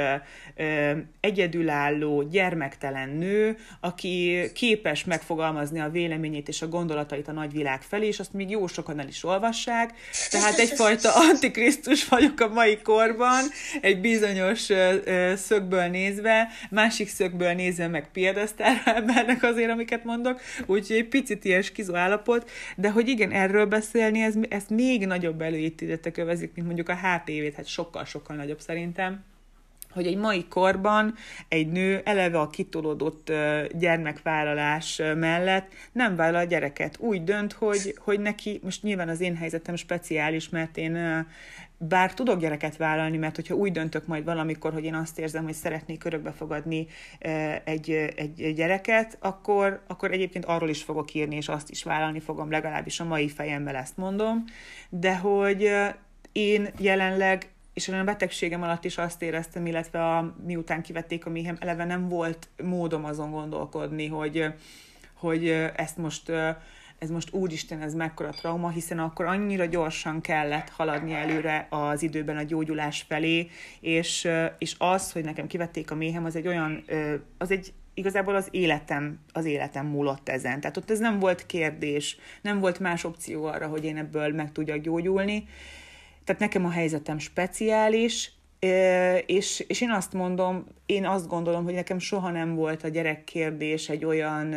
egyedülálló, gyermektelen nő, aki képes megfogalmazni a véleményét és a gondolatait a nagyvilág felé, és azt még jó sokan el is olvassák. Tehát egyfajta antikrisztus vagyok a mai korban, egy bizonyos szögből nézve, másik szögből nézve meg piedesztár embernek azért, amiket mondok, úgyhogy egy picit ilyen skizó állapot, de hogy igen, erről beszélni, ez, ez még nagyobb előítéletek övezik, mint mondjuk a há pé vé-t, hát sokkal-sokkal nagyobb szerintem, hogy egy mai korban egy nő eleve a kitolódott gyermekvállalás mellett nem vállal gyereket. Úgy dönt, hogy, hogy neki, most nyilván az én helyzetem speciális, mert én bár tudok gyereket vállalni, mert hogyha úgy döntök majd valamikor, hogy én azt érzem, hogy szeretnék örökbe fogadni egy, egy gyereket, akkor, akkor egyébként arról is fogok írni, és azt is vállalni fogom, legalábbis a mai fejemmel ezt mondom, de hogy én jelenleg és a betegségem alatt is azt éreztem, illetve a, miután kivették a méhem, eleve nem volt módom azon gondolkodni, hogy, hogy ezt most, ez most úristen, ez mekkora trauma, hiszen akkor annyira gyorsan kellett haladni előre az időben a gyógyulás felé, és, és az, hogy nekem kivették a méhem, az egy olyan, az egy igazából az életem, az életem múlott ezen. Tehát ott ez nem volt kérdés, nem volt más opció arra, hogy én ebből meg tudjak gyógyulni. Tehát nekem a helyzetem speciális, és, és én azt mondom, én azt gondolom, hogy nekem soha nem volt a gyerekkérdés egy olyan,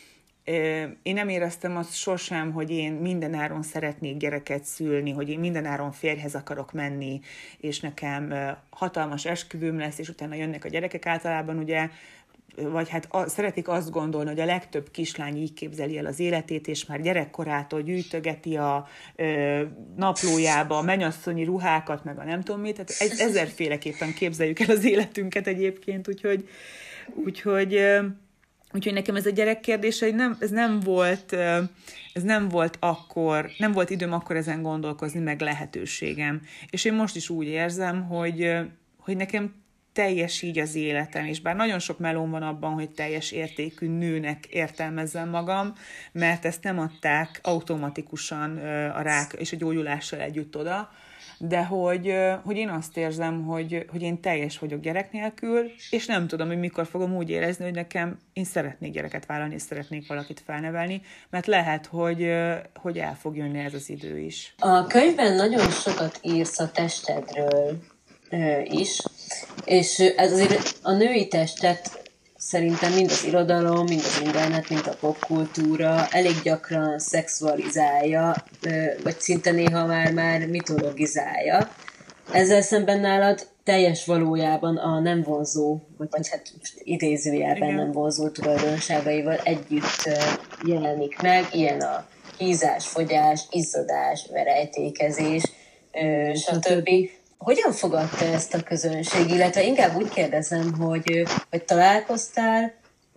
én nem éreztem azt sosem, hogy én mindenáron szeretnék gyereket szülni, hogy én mindenáron férjhez akarok menni, és nekem hatalmas esküvőm lesz, és utána jönnek a gyerekek. Általában ugye, vagy hát a, szeretik azt gondolni, hogy a legtöbb kislány így képzeli el az életét, és már gyerekkorától gyűjtögeti a ö, naplójába a mennyasszonyi ruhákat, meg a nem tudom mit, tehát ez, ezerféleképpen képzeljük el az életünket egyébként, úgyhogy, úgyhogy, ö, úgyhogy nekem ez a gyerekkérdés, hogy nem, ez nem volt, ö, ez nem volt akkor, nem volt időm akkor ezen gondolkozni, meg lehetőségem. És én most is úgy érzem, hogy, ö, hogy nekem teljes így az életem, és bár nagyon sok melóm van abban, hogy teljes értékű nőnek értelmezzem magam, mert ezt nem adták automatikusan a rák és a gyógyulással együtt oda, de hogy, hogy én azt érzem, hogy, hogy én teljes vagyok gyerek nélkül, és nem tudom, hogy mikor fogom úgy érezni, hogy nekem én szeretnék gyereket vállalni, és szeretnék valakit felnevelni, mert lehet, hogy, hogy el fog jönni ez az idő is. A könyvben nagyon sokat írsz a testedről is, és ez azért a női testet szerintem mind az irodalom, mind az internet, mind a popkultúra elég gyakran szexualizálja, vagy szinte néha már, már mitologizálja. Ezzel szemben nálad teljes valójában a nem vonzó, vagy, vagy hát idézőjelben nem vonzó tulajdonságaival együtt jelenik meg, ilyen a hízás, fogyás, izzadás, verejtékezés, stb. Hogyan fogadta ezt a közönség, illetve inkább úgy kérdezem, hogy, hogy találkoztál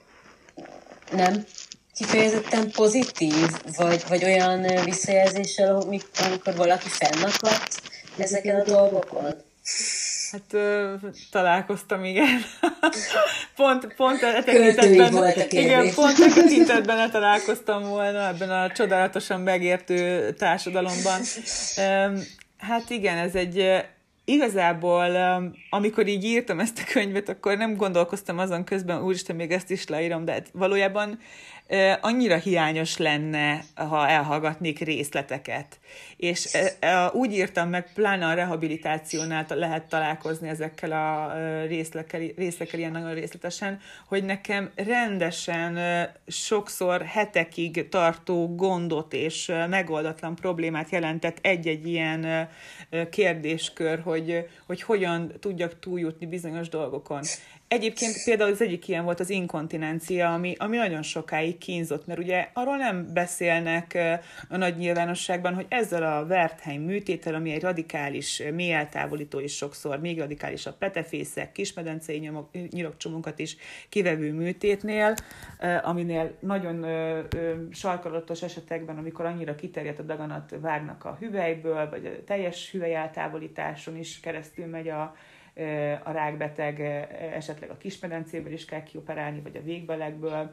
nem kifejezetten pozitív, vagy, vagy olyan visszajelzéssel, amikor valaki fennakadt ezeken a dolgokon? Hát ö, találkoztam, igen. pont, pont e Költői volt a tekintetben, kérdés. igen, pont e tekintetben találkoztam volna ebben a csodálatosan megértő társadalomban. Üm, hát igen, ez egy igazából, amikor így írtam ezt a könyvet, akkor nem gondolkoztam azon közben, úristen, még ezt is leírom, de valójában annyira hiányos lenne, ha elhallgatnék részleteket. És úgy írtam meg, pláne a rehabilitációnál lehet találkozni ezekkel a részlekkel, részlekkel ilyen nagyon részletesen, hogy nekem rendesen sokszor hetekig tartó gondot és megoldatlan problémát jelentett egy-egy ilyen kérdéskör, hogy, hogy hogyan tudjak túljutni bizonyos dolgokon. Egyébként például az egyik ilyen volt az inkontinencia, ami, ami nagyon sokáig kínzott, mert ugye arról nem beszélnek a nagy nyilvánosságban, hogy ezzel a Wertheim műtéttel, ami egy radikális mélyeltávolító is sokszor, még radikálisabb petefészek, kismedencei nyirokcsomókat is kivevő műtétnél, aminél nagyon sarkalatos esetekben, amikor annyira kiterjedt a daganat, vágnak a hüvelyből, vagy a teljes hüvelyeltávolításon is keresztül megy a a rákbeteg, esetleg a kismedencéből is kell kioperálni, vagy a végbelegből.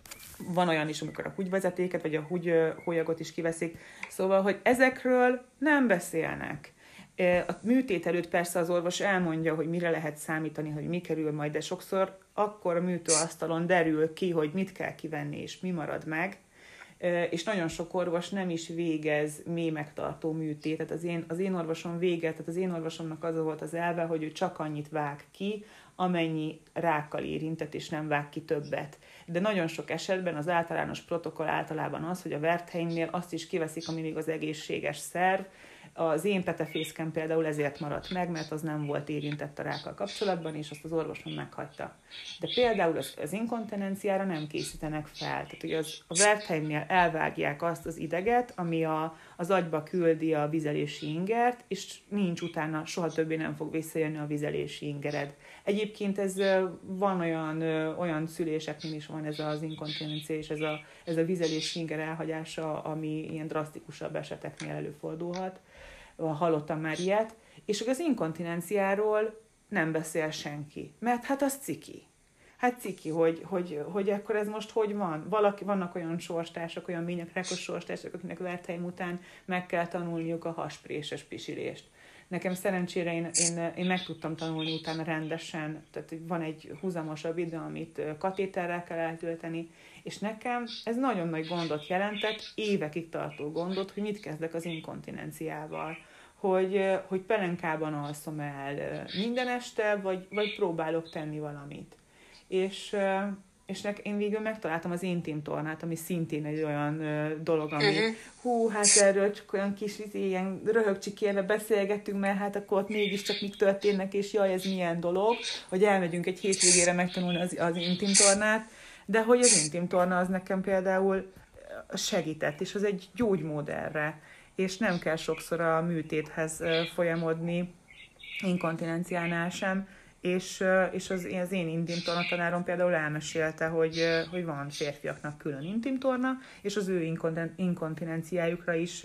Van olyan is, amikor a húgyvezetéket, vagy a húgyhólyagot is kiveszik. Szóval, hogy ezekről nem beszélnek. A műtét előtt persze az orvos elmondja, hogy mire lehet számítani, hogy mi kerül majd, de sokszor akkor a műtőasztalon derül ki, hogy mit kell kivenni, és mi marad meg. És nagyon sok orvos nem is végez mély megtartó műtétet. Az én, az én orvosom végez, tehát az én orvosomnak az volt az elve, hogy ő csak annyit vág ki, amennyi rákkal érintett, és nem vág ki többet. De nagyon sok esetben az általános protokoll általában az, hogy a Wertheimnél azt is kiveszik, ami még az egészséges szerv. Az én petefészkem például ezért maradt meg, mert az nem volt érintett a rákkal kapcsolatban, és azt az orvosom meghagyta. De például az, az inkontinenciára nem készítenek fel. Tehát ugye az, a Wertheimnél elvágják azt az ideget, ami a, az agyba küldi a vizelési ingert, és nincs utána, soha többé nem fog visszajönni a vizelési ingered. Egyébként ez van olyan, olyan szüléseknél is van ez az inkontinencia, és ez a, ez a vizelési inger elhagyása, ami ilyen drasztikusabb eseteknél előfordulhat. Hallottam már ilyet, és az inkontinenciáról nem beszél senki, mert hát az ciki. Hát ciki, hogy, hogy, hogy akkor ez most hogy van? Valaki, vannak olyan sorstársak, olyan ményekrákos sorstársak, akiknek Wertheim után meg kell tanulniuk a haspréses pisilést. Nekem szerencsére én, én, én meg tudtam tanulni utána rendesen, tehát van egy húzamosabb idő, amit katéterrel kell eltölteni, és nekem ez nagyon nagy gondot jelentett, évekig tartó gondot, hogy mit kezdek az inkontinenciával. Hogy, hogy pelenkában alszom el minden este, vagy, vagy próbálok tenni valamit. És, és nek, én végül megtaláltam az intim tornát, ami szintén egy olyan dolog, ami uh-huh. hú, hát erről csak olyan kis ilyen röhögcsikélve beszélgetünk, mert hát akkor ott mégiscsak mik történnek, és jaj, ez milyen dolog, hogy elmegyünk egy hétvégére megtanulni az, az intim tornát, de hogy az intim torna az nekem például segített, és az egy gyógymód erre, és nem kell sokszor a műtéthez folyamodni, inkontinenciánál sem, és, és az, az én intimtorna tanárom például elmesélte, hogy, hogy van férfiaknak külön intimtorna, és az ő inkontinenciájukra is,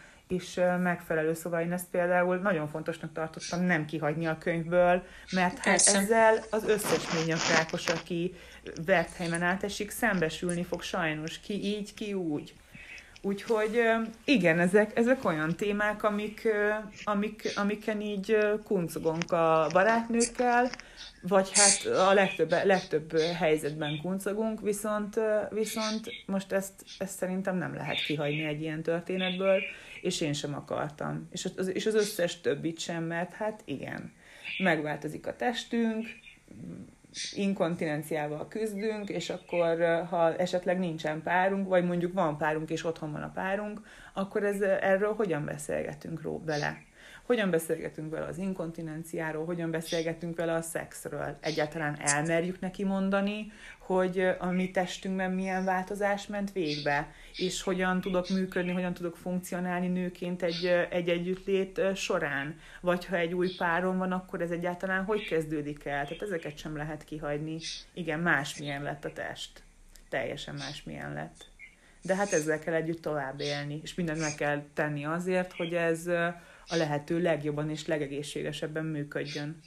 is megfelelő. Szóval én ezt például nagyon fontosnak tartottam nem kihagyni a könyvből, mert hát ezzel az összes ményakrákos, aki Wertheimen átesik, szembesülni fog sajnos, ki így, ki úgy. Úgyhogy igen, ezek, ezek olyan témák, amik, amik, amiken így kuncogunk a barátnőkkel, vagy hát a legtöbb, legtöbb helyzetben kuncogunk, viszont, viszont most ezt, ezt szerintem nem lehet kihagyni egy ilyen történetből, és én sem akartam. És az, és az összes többit sem, mert hát igen, megváltozik a testünk, inkontinenciával küzdünk, és akkor, ha esetleg nincsen párunk, vagy mondjuk van párunk, és otthon van a párunk, akkor ez, erről hogyan beszélgetünk ró vele? Hogyan beszélgetünk vele az inkontinenciáról, hogyan beszélgetünk vele a szexről? Egyáltalán elmerjük neki mondani, hogy a mi testünkben milyen változás ment végbe, és hogyan tudok működni, hogyan tudok funkcionálni nőként egy, egy együttlét során. Vagy ha egy új párom van, akkor ez egyáltalán hogy kezdődik el? Tehát ezeket sem lehet kihagyni. Igen, másmilyen lett a test. Teljesen másmilyen lett. de hát ezzel kell együtt tovább élni, és mindent meg kell tenni azért, hogy ez a lehető legjobban és legegészségesebben működjön.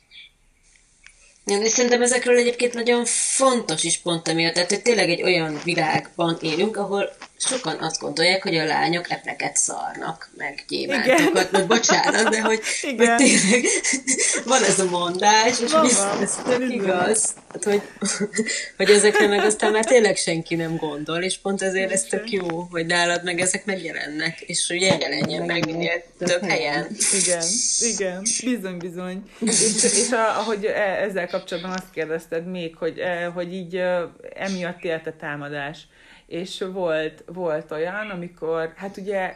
Ja, és szerintem ezekről egyébként nagyon fontos is pont emiatt, tehát hogy tényleg egy olyan világban élünk, ahol sokan azt gondolják, hogy a lányok epreket szarnak, meg gyémántokat, meg bocsánat, de hogy, hogy tényleg van ez a mondás, és viszont ez tök igaz, hát, hogy, hogy ezekre meg aztán már tényleg senki nem gondol, és pont ezért ez tök jó, hogy nálad meg ezek megjelennek, és hogy jelenjen meg minél több helyen. Igen, igen, bizony, bizony. És, és a, ahogy ezzel kapcsolatban azt kérdezted még, hogy, hogy így emiatt élt a támadás. És volt, volt olyan, amikor, hát ugye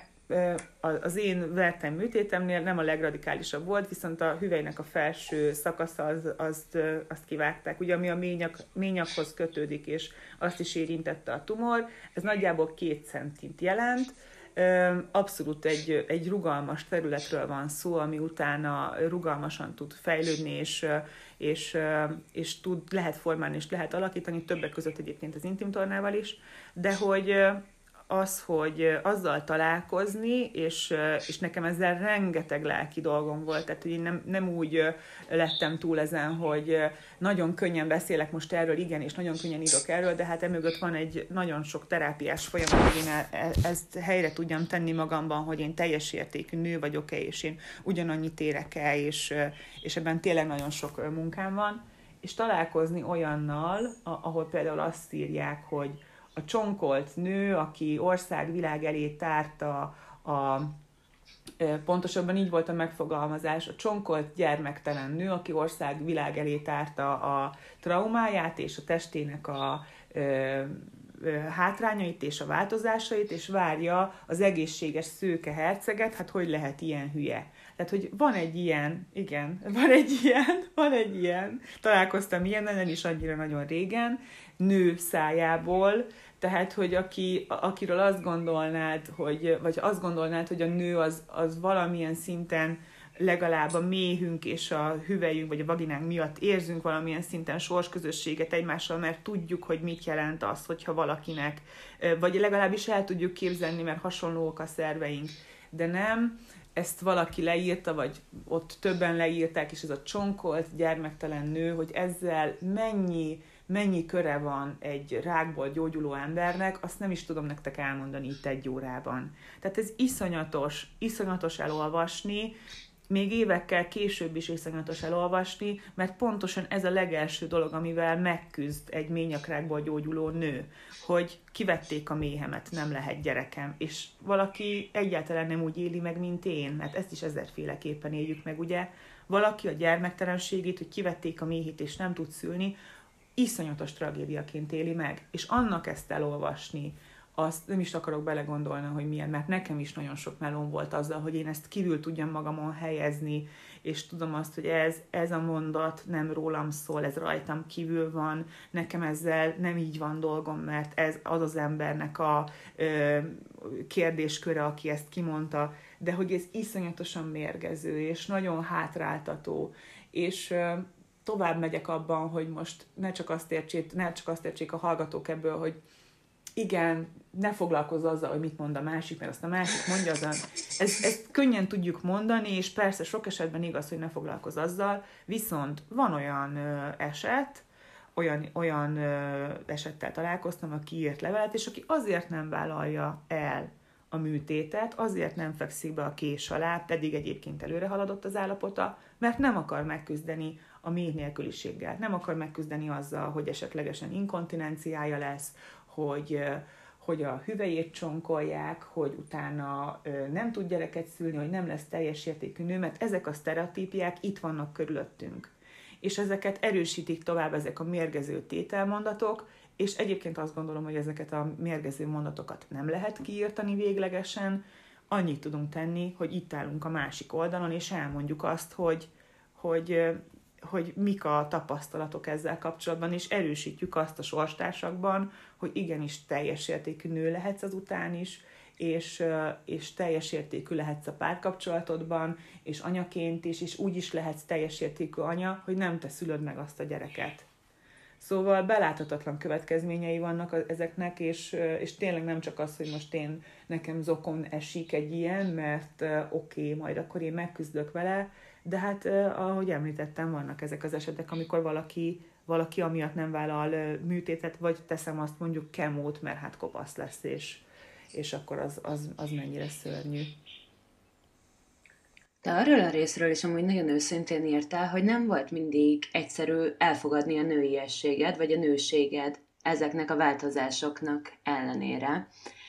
az én vertem műtétemnél nem a legradikálisabb volt, viszont a hüvelynek a felső szakasza az, azt, azt kivágták, ugye ami a ményak, ményakhoz kötődik, és azt is érintette a tumor. Ez nagyjából két centit jelent. Abszolút egy, egy rugalmas területről van szó, ami utána rugalmasan tud fejlődni, és, és, és tud, lehet formálni, és lehet alakítani, többek között egyébként az intimtornával is, de hogy az, hogy azzal találkozni, és, és nekem ezzel rengeteg lelki dolgom volt, tehát hogy én nem, nem úgy lettem túl ezen, hogy nagyon könnyen beszélek most erről, igen, és nagyon könnyen írok erről, de hát emögött van egy nagyon sok terápiás folyamat, hogy én ezt helyre tudjam tenni magamban, hogy én teljes értékű nő vagyok-e, és én ugyanannyit érek-e, és, és ebben tényleg nagyon sok munkám van, és találkozni olyannal, ahol például azt írják, hogy a csonkolt nő, aki ország-világ elé tárta a, pontosabban így volt a megfogalmazás, a csonkolt gyermektelen nő, aki ország-világ elé tárta a traumáját és a testének a ö, ö, hátrányait és a változásait, és várja az egészséges szőke herceget, hát hogy lehet ilyen hülye. Tehát, hogy van egy ilyen, igen, van egy ilyen, van egy ilyen, találkoztam ilyennel, nem is annyira nagyon régen, nő szájából, tehát, hogy aki, akiről azt gondolnád, hogy, vagy azt gondolnád, hogy a nő az, az valamilyen szinten legalább a méhünk és a hüvelyünk, vagy a vaginánk miatt érzünk valamilyen szinten sorsközösséget egymással, mert tudjuk, hogy mit jelent az, hogyha valakinek, vagy legalábbis el tudjuk képzelni, mert hasonlóak a szerveink, de nem, ezt valaki leírta, vagy ott többen leírták, és ez a csonkolt, gyermektelen nő, hogy ezzel mennyi mennyi köre van egy rákból gyógyuló embernek, azt nem is tudom nektek elmondani itt egy órában. Tehát ez iszonyatos, iszonyatos elolvasni, még évekkel később is iszonyatos elolvasni, mert pontosan ez a legelső dolog, amivel megküzd egy ményakrákból gyógyuló nő, hogy kivették a méhemet, nem lehet gyerekem, és valaki egyáltalán nem úgy éli meg, mint én, mert ezt is ezerféleképpen éljük meg, ugye? Valaki a gyermektelenségét, hogy kivették a méhét, és nem tud szülni, iszonyatos tragédiaként éli meg, és annak ezt elolvasni, azt nem is akarok belegondolni, hogy milyen, mert nekem is nagyon sok melón volt azzal, hogy én ezt kívül tudjam magamon helyezni, és tudom azt, hogy ez, ez a mondat nem rólam szól, ez rajtam kívül van, nekem ezzel nem így van dolgom, mert ez az az embernek a ö, kérdésköre, aki ezt kimondta, de hogy ez iszonyatosan mérgező, és nagyon hátráltató, és ö, tovább megyek abban, hogy most ne csak azt értsék, ne csak azt értsék a hallgatók ebből, hogy igen, ne foglalkozz azzal, hogy mit mond a másik, mert azt a másik mondja, azon. Ezt, ezt könnyen tudjuk mondani, és persze sok esetben igaz, hogy ne foglalkozz azzal, viszont van olyan ö, eset, olyan, olyan ö, esettel találkoztam, aki írt levelet, és aki azért nem vállalja el a műtétet, azért nem fekszik be a kés alá, pedig egyébként előre haladott az állapota, mert nem akar megküzdeni a méh nélküliséggel. Nem akar megküzdeni azzal, hogy esetlegesen inkontinenciája lesz, hogy, hogy a hüvelyét csonkolják, hogy utána nem tud gyereket szülni, hogy nem lesz teljes értékű nő, mert ezek a sztereotípiák itt vannak körülöttünk. És ezeket erősítik tovább ezek a mérgező tételmondatok, és egyébként azt gondolom, hogy ezeket a mérgező mondatokat nem lehet kiírtani véglegesen, annyit tudunk tenni, hogy itt állunk a másik oldalon, és elmondjuk azt, hogy, hogy, hogy mik a tapasztalatok ezzel kapcsolatban, és erősítjük azt a sorstársakban, hogy igenis teljes értékű nő lehetsz azután is, és, és teljes értékű lehetsz a párkapcsolatodban, és anyaként is, és úgy is lehetsz teljes értékű anya, hogy nem te szülöd meg azt a gyereket. Szóval beláthatatlan következményei vannak ezeknek, és, és tényleg nem csak az, hogy most én nekem zokon esik egy ilyen, mert oké, okay, majd akkor én megküzdök vele, de hát ahogy említettem, vannak ezek az esetek, amikor valaki, valaki amiatt nem vállal műtétet, vagy teszem azt mondjuk kemót, mert hát kopasz lesz, és, és akkor az, az, az mennyire szörnyű. De arról a részről is amúgy nagyon őszintén írtál, hogy nem volt mindig egyszerű elfogadni a nőiességed, vagy a nőséged ezeknek a változásoknak ellenére.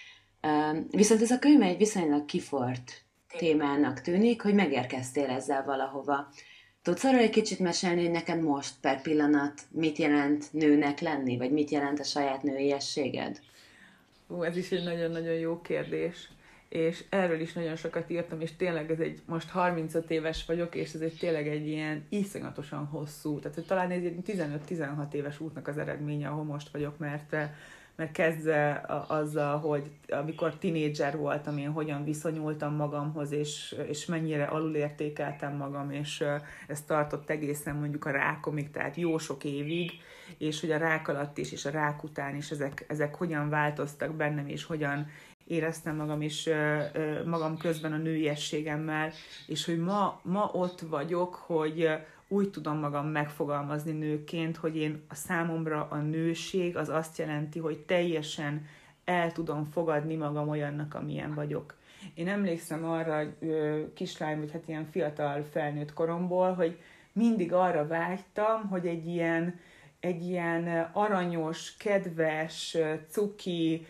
Viszont ez a könyv egy viszonylag kifort témának tűnik, hogy megérkeztél ezzel valahova. Tudsz arról egy kicsit mesélni, hogy neked most per pillanat mit jelent nőnek lenni, vagy mit jelent a saját nőiességed? Ó, ez is egy nagyon-nagyon jó kérdés. És erről is nagyon sokat írtam, és tényleg ez egy, most harmincöt éves vagyok, és ez egy tényleg egy ilyen iszonyatosan hosszú, tehát talán ez egy tizenöt-tizenhat éves útnak az eredménye, ahol most vagyok, mert, mert kezdve azzal, hogy amikor tinédzser voltam, én hogyan viszonyultam magamhoz, és, és mennyire alulértékeltem magam, és ez tartott egészen mondjuk a rákomig, tehát jó sok évig, és hogy a rák alatt is, és a rák után is ezek, ezek hogyan változtak bennem, és hogyan éreztem magam is magam közben a nőiességemmel, és hogy ma, ma ott vagyok, hogy úgy tudom magam megfogalmazni nőként, hogy én a számomra a nőség az azt jelenti, hogy teljesen el tudom fogadni magam olyannak, amilyen vagyok. Én emlékszem arra, hogy kislány, vagy hát ilyen fiatal felnőtt koromból, hogy mindig arra vágytam, hogy egy ilyen, egy ilyen aranyos, kedves, cuki,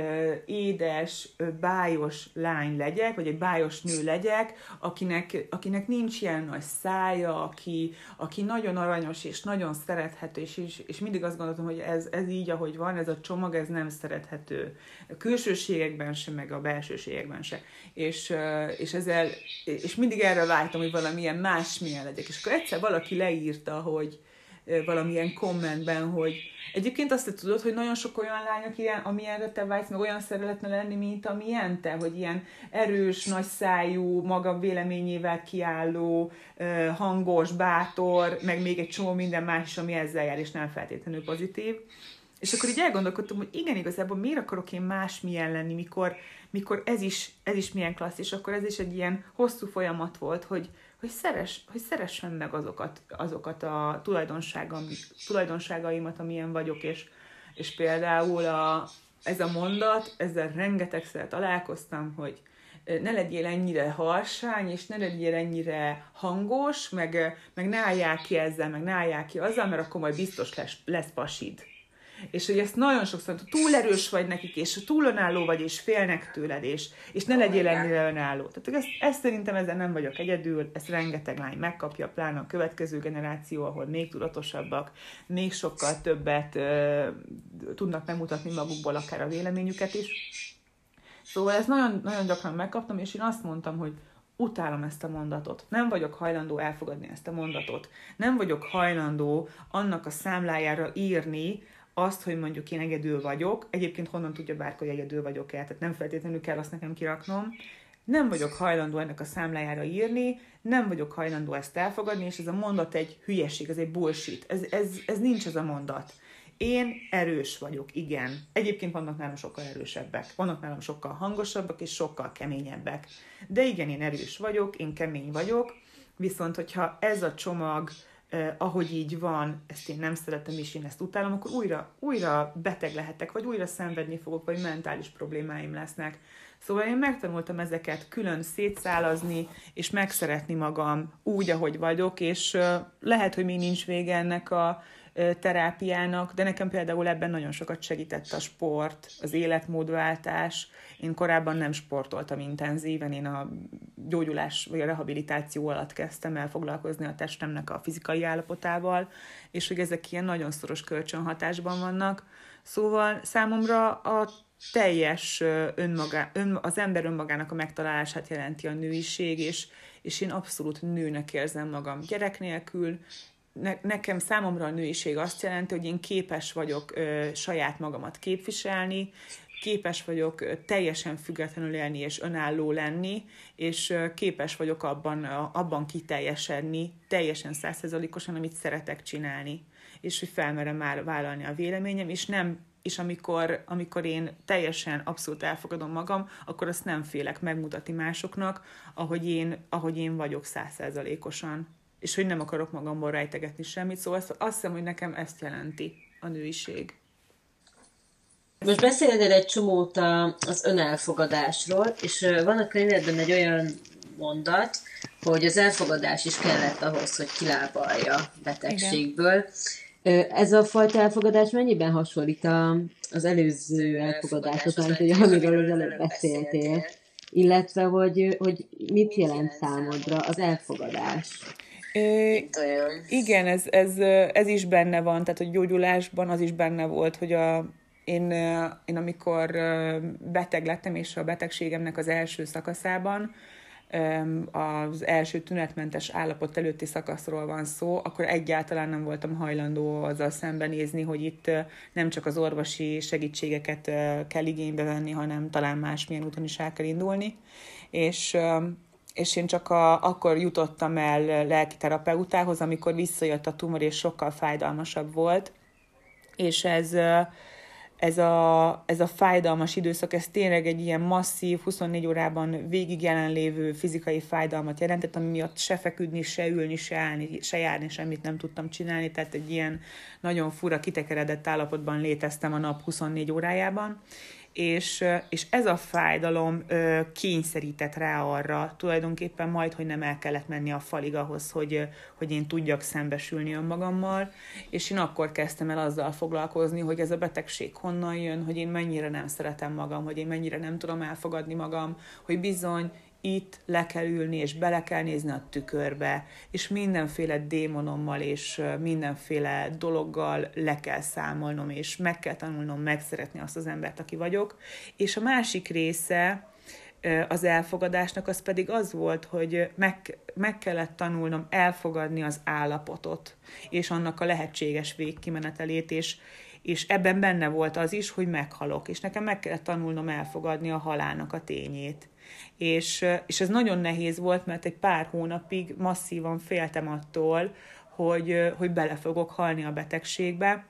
édes, bájos lány legyek, vagy egy bájos nő legyek, akinek, akinek nincs ilyen nagy szája, aki, aki nagyon aranyos és nagyon szerethető, és, és mindig azt gondoltam, hogy ez, ez így, ahogy van, ez a csomag, ez nem szerethető. A külsőségekben sem, meg a belsőségekben sem. És, és, ezzel, és mindig erre vágytam, hogy valamilyen másmilyen legyek. És akkor egyszer valaki leírta, hogy valamilyen kommentben, hogy egyébként azt te tudod, hogy nagyon sok olyan lányok ilyen, amilyenre te vágysz, meg olyan szeretne lenni, mint amilyen te, hogy ilyen erős, nagyszájú, maga véleményével kiálló, hangos, bátor, meg még egy csomó minden más is, ami ezzel jár, és nem feltétlenül pozitív. És akkor így elgondolkodtam, hogy igen, igazából miért akarok én másmilyen lenni, mikor, mikor ez, is, ez is milyen klassz, és akkor ez is egy ilyen hosszú folyamat volt, hogy, hogy, szeress, hogy szeressem meg azokat, azokat a tulajdonságaimat, amilyen vagyok, és, és például a, ez a mondat, ezzel rengetegszer találkoztam, hogy ne legyél ennyire harsány, és ne legyél ennyire hangos, meg, meg ne álljál ki ezzel, meg ne álljál ki azzal, mert akkor majd biztos lesz, lesz pasid. És hogy ezt nagyon sokszor, hogy túl erős vagy nekik, és túl önálló vagy, és félnek tőled, és, és ne legyél ennyire önálló. Tehát ezt, ezt szerintem ezzel nem vagyok egyedül, ezt rengeteg lány megkapja, pláne a következő generáció, ahol még tudatosabbak, még sokkal többet uh, tudnak megmutatni magukból, akár a véleményüket is. Szóval ezt nagyon, nagyon gyakran megkaptam, és én azt mondtam, hogy utálom ezt a mondatot. Nem vagyok hajlandó elfogadni ezt a mondatot. Nem vagyok hajlandó annak a számlájára írni azt, hogy mondjuk én egyedül vagyok. Egyébként honnan tudja bárki, hogy egyedül vagyok el, tehát nem feltétlenül kell azt nekem kiraknom. Nem vagyok hajlandó ennek a számlájára írni, nem vagyok hajlandó ezt elfogadni, és ez a mondat egy hülyeség, ez egy bullshit. Ez, ez, ez nincs ez a mondat. Én erős vagyok, igen. Egyébként vannak nálam sokkal erősebbek. Vannak nálam sokkal hangosabbak és sokkal keményebbek. De igen, én erős vagyok, én kemény vagyok, viszont hogyha ez a csomag, eh, ahogy így van, ezt én nem szeretem és én ezt utálom, akkor újra, újra beteg lehetek, vagy újra szenvedni fogok, vagy mentális problémáim lesznek. Szóval én megtanultam ezeket külön szétszálazni, és megszeretni magam úgy, ahogy vagyok, és eh, lehet, hogy még nincs vége ennek a terápiának, de nekem például ebben nagyon sokat segített a sport, az életmódváltás. Én korábban nem sportoltam intenzíven, én a gyógyulás vagy a rehabilitáció alatt kezdtem el foglalkozni a testemnek a fizikai állapotával, és hogy ezek ilyen nagyon szoros kölcsönhatásban vannak. Szóval számomra a teljes önmaga, ön, az ember önmagának a megtalálását jelenti a nőiség, és, és én abszolút nőnek érzem magam gyerek nélkül. Ne, nekem számomra a nőiség azt jelenti, hogy én képes vagyok ö, saját magamat képviselni, képes vagyok teljesen függetlenül élni és önálló lenni, és képes vagyok abban, abban kiteljesedni, teljesen száz százalékosan, amit szeretek csinálni, és hogy felmerem már vállalni a véleményem, és nem és amikor, amikor én teljesen abszolút elfogadom magam, akkor azt nem félek megmutatni másoknak, ahogy én, ahogy én vagyok száz százalékosan. És hogy nem akarok magamból rejtegetni semmit, szóval azt, azt hiszem, hogy nekem ezt jelenti a nőiség. Most beszélnél egy csomót az önelfogadásról, és van a könyvedben egy olyan mondat, hogy az elfogadás is kellett ahhoz, hogy kilábalja betegségből. Igen. Ez a fajta elfogadás mennyiben hasonlít az előző elfogadásokra, amiről az előbb beszéltél? Illetve, hogy, hogy mit jelent számodra az elfogadás? Ö, igen, ez, ez, ez is benne van, tehát a gyógyulásban az is benne volt, hogy a, én, én amikor beteg lettem, és a betegségemnek az első szakaszában, az első tünetmentes állapot előtti szakaszról van szó, akkor egyáltalán nem voltam hajlandó azzal szembenézni, hogy itt nem csak az orvosi segítségeket kell igénybe venni, hanem talán másmilyen úton is el kell indulni. És, és én csak a, akkor jutottam el lelkiterapeutához, amikor visszajött a tumor, és sokkal fájdalmasabb volt. És ez... Ez a, ez a fájdalmas időszak, ez tényleg egy ilyen masszív, huszonnégy órában végig jelenlévő fizikai fájdalmat jelentett, ami miatt se feküdni, se ülni, se állni, se járni, semmit nem tudtam csinálni, tehát egy ilyen nagyon fura, kitekeredett állapotban léteztem a nap huszonnégy órájában, és, és ez a fájdalom ö, kényszerített rá arra, tulajdonképpen majd, hogy nem el kellett menni a falig ahhoz, hogy, hogy én tudjak szembesülni önmagammal, és én akkor kezdtem el azzal foglalkozni, hogy ez a betegség honnan jön, hogy én mennyire nem szeretem magam, hogy én mennyire nem tudom elfogadni magam, hogy bizony itt le kell ülni, és bele kell nézni a tükörbe, és mindenféle démonommal, és mindenféle dologgal le kell számolnom, és meg kell tanulnom megszeretni azt az embert, aki vagyok. És a másik része az elfogadásnak az pedig az volt, hogy meg, meg kellett tanulnom elfogadni az állapotot, és annak a lehetséges végkimenetelét, és, és ebben benne volt az is, hogy meghalok, és nekem meg kellett tanulnom elfogadni a halálnak a tényét. És, és ez nagyon nehéz volt, mert egy pár hónapig masszívan féltem attól, hogy, hogy bele fogok halni a betegségbe,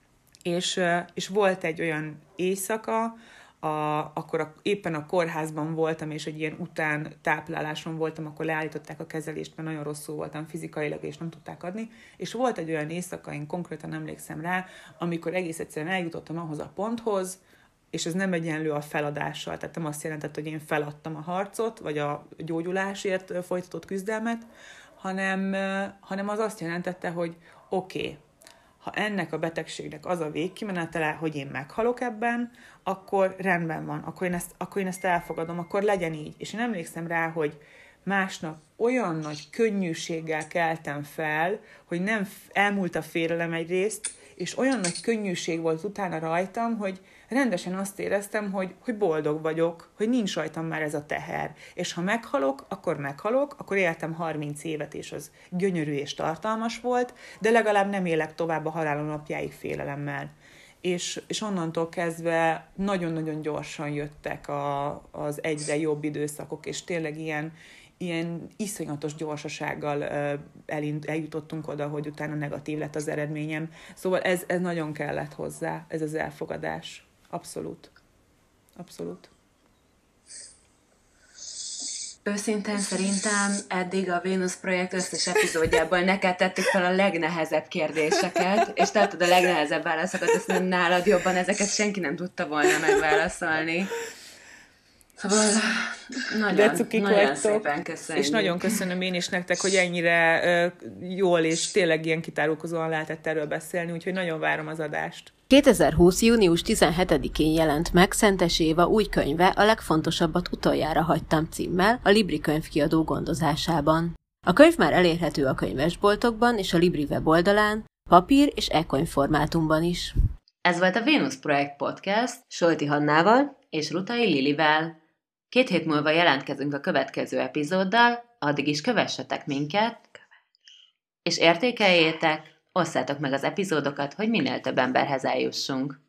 és, és volt egy olyan éjszaka, a, akkor a, éppen a kórházban voltam, és egy ilyen után tápláláson voltam, akkor leállították a kezelést, mert nagyon rosszul voltam fizikailag, és nem tudták adni, és volt egy olyan éjszaka, én konkrétan emlékszem rá, amikor egész egyszerűen eljutottam ahhoz a ponthoz, és ez nem egyenlő a feladással, tehát nem azt jelentett, hogy én feladtam a harcot, vagy a gyógyulásért folytatott küzdelmet, hanem, hanem az azt jelentette, hogy oké, okay, ha ennek a betegségnek az a végkimenetele, hogy én meghalok ebben, akkor rendben van, akkor én, ezt, akkor én ezt elfogadom, akkor legyen így. És én emlékszem rá, hogy másnap olyan nagy könnyűséggel keltem fel, hogy nem elmúlt a félelem egyrészt, és olyan nagy könnyűség volt utána rajtam, hogy rendesen azt éreztem, hogy, hogy boldog vagyok, hogy nincs rajtam már ez a teher. És ha meghalok, akkor meghalok, akkor éltem harminc évet, és az gyönyörű és tartalmas volt, de legalább nem élek tovább a halálom napjáig félelemmel. És, és onnantól kezdve nagyon-nagyon gyorsan jöttek a, az egyre jobb időszakok, és tényleg ilyen, ilyen iszonyatos gyorsasággal elind, eljutottunk oda, hogy utána negatív lett az eredményem. Szóval ez, ez nagyon kellett hozzá, ez az elfogadás. Abszolút. Abszolút. Őszintén szerintem eddig a Vénusz projekt összes epizódjából neked tettük fel a legnehezebb kérdéseket, és tettad a legnehezebb válaszokat, azt nem nálad jobban, ezeket senki nem tudta volna megválaszolni. Szóval nagyon, nagyon szépen köszönjük. És nagyon köszönöm én is nektek, hogy ennyire uh, jól és tényleg ilyen kitárulkozóan lehetett erről beszélni, úgyhogy nagyon várom az adást. kétezer-húsz. június tizenhetedikén jelent meg Szentes Éva új könyve, A legfontosabbat utoljára hagytam címmel, a Libri könyvkiadó gondozásában. A könyv már elérhető a könyvesboltokban és a Libri weboldalán, papír és e-könyv formátumban is. Ez volt a Vénusz Projekt Podcast Solti Hannával és Rutai Lilivel. Két hét múlva jelentkezünk a következő epizóddal, addig is kövessetek minket, és értékeljétek, osszátok meg az epizódokat, hogy minél több emberhez eljussunk.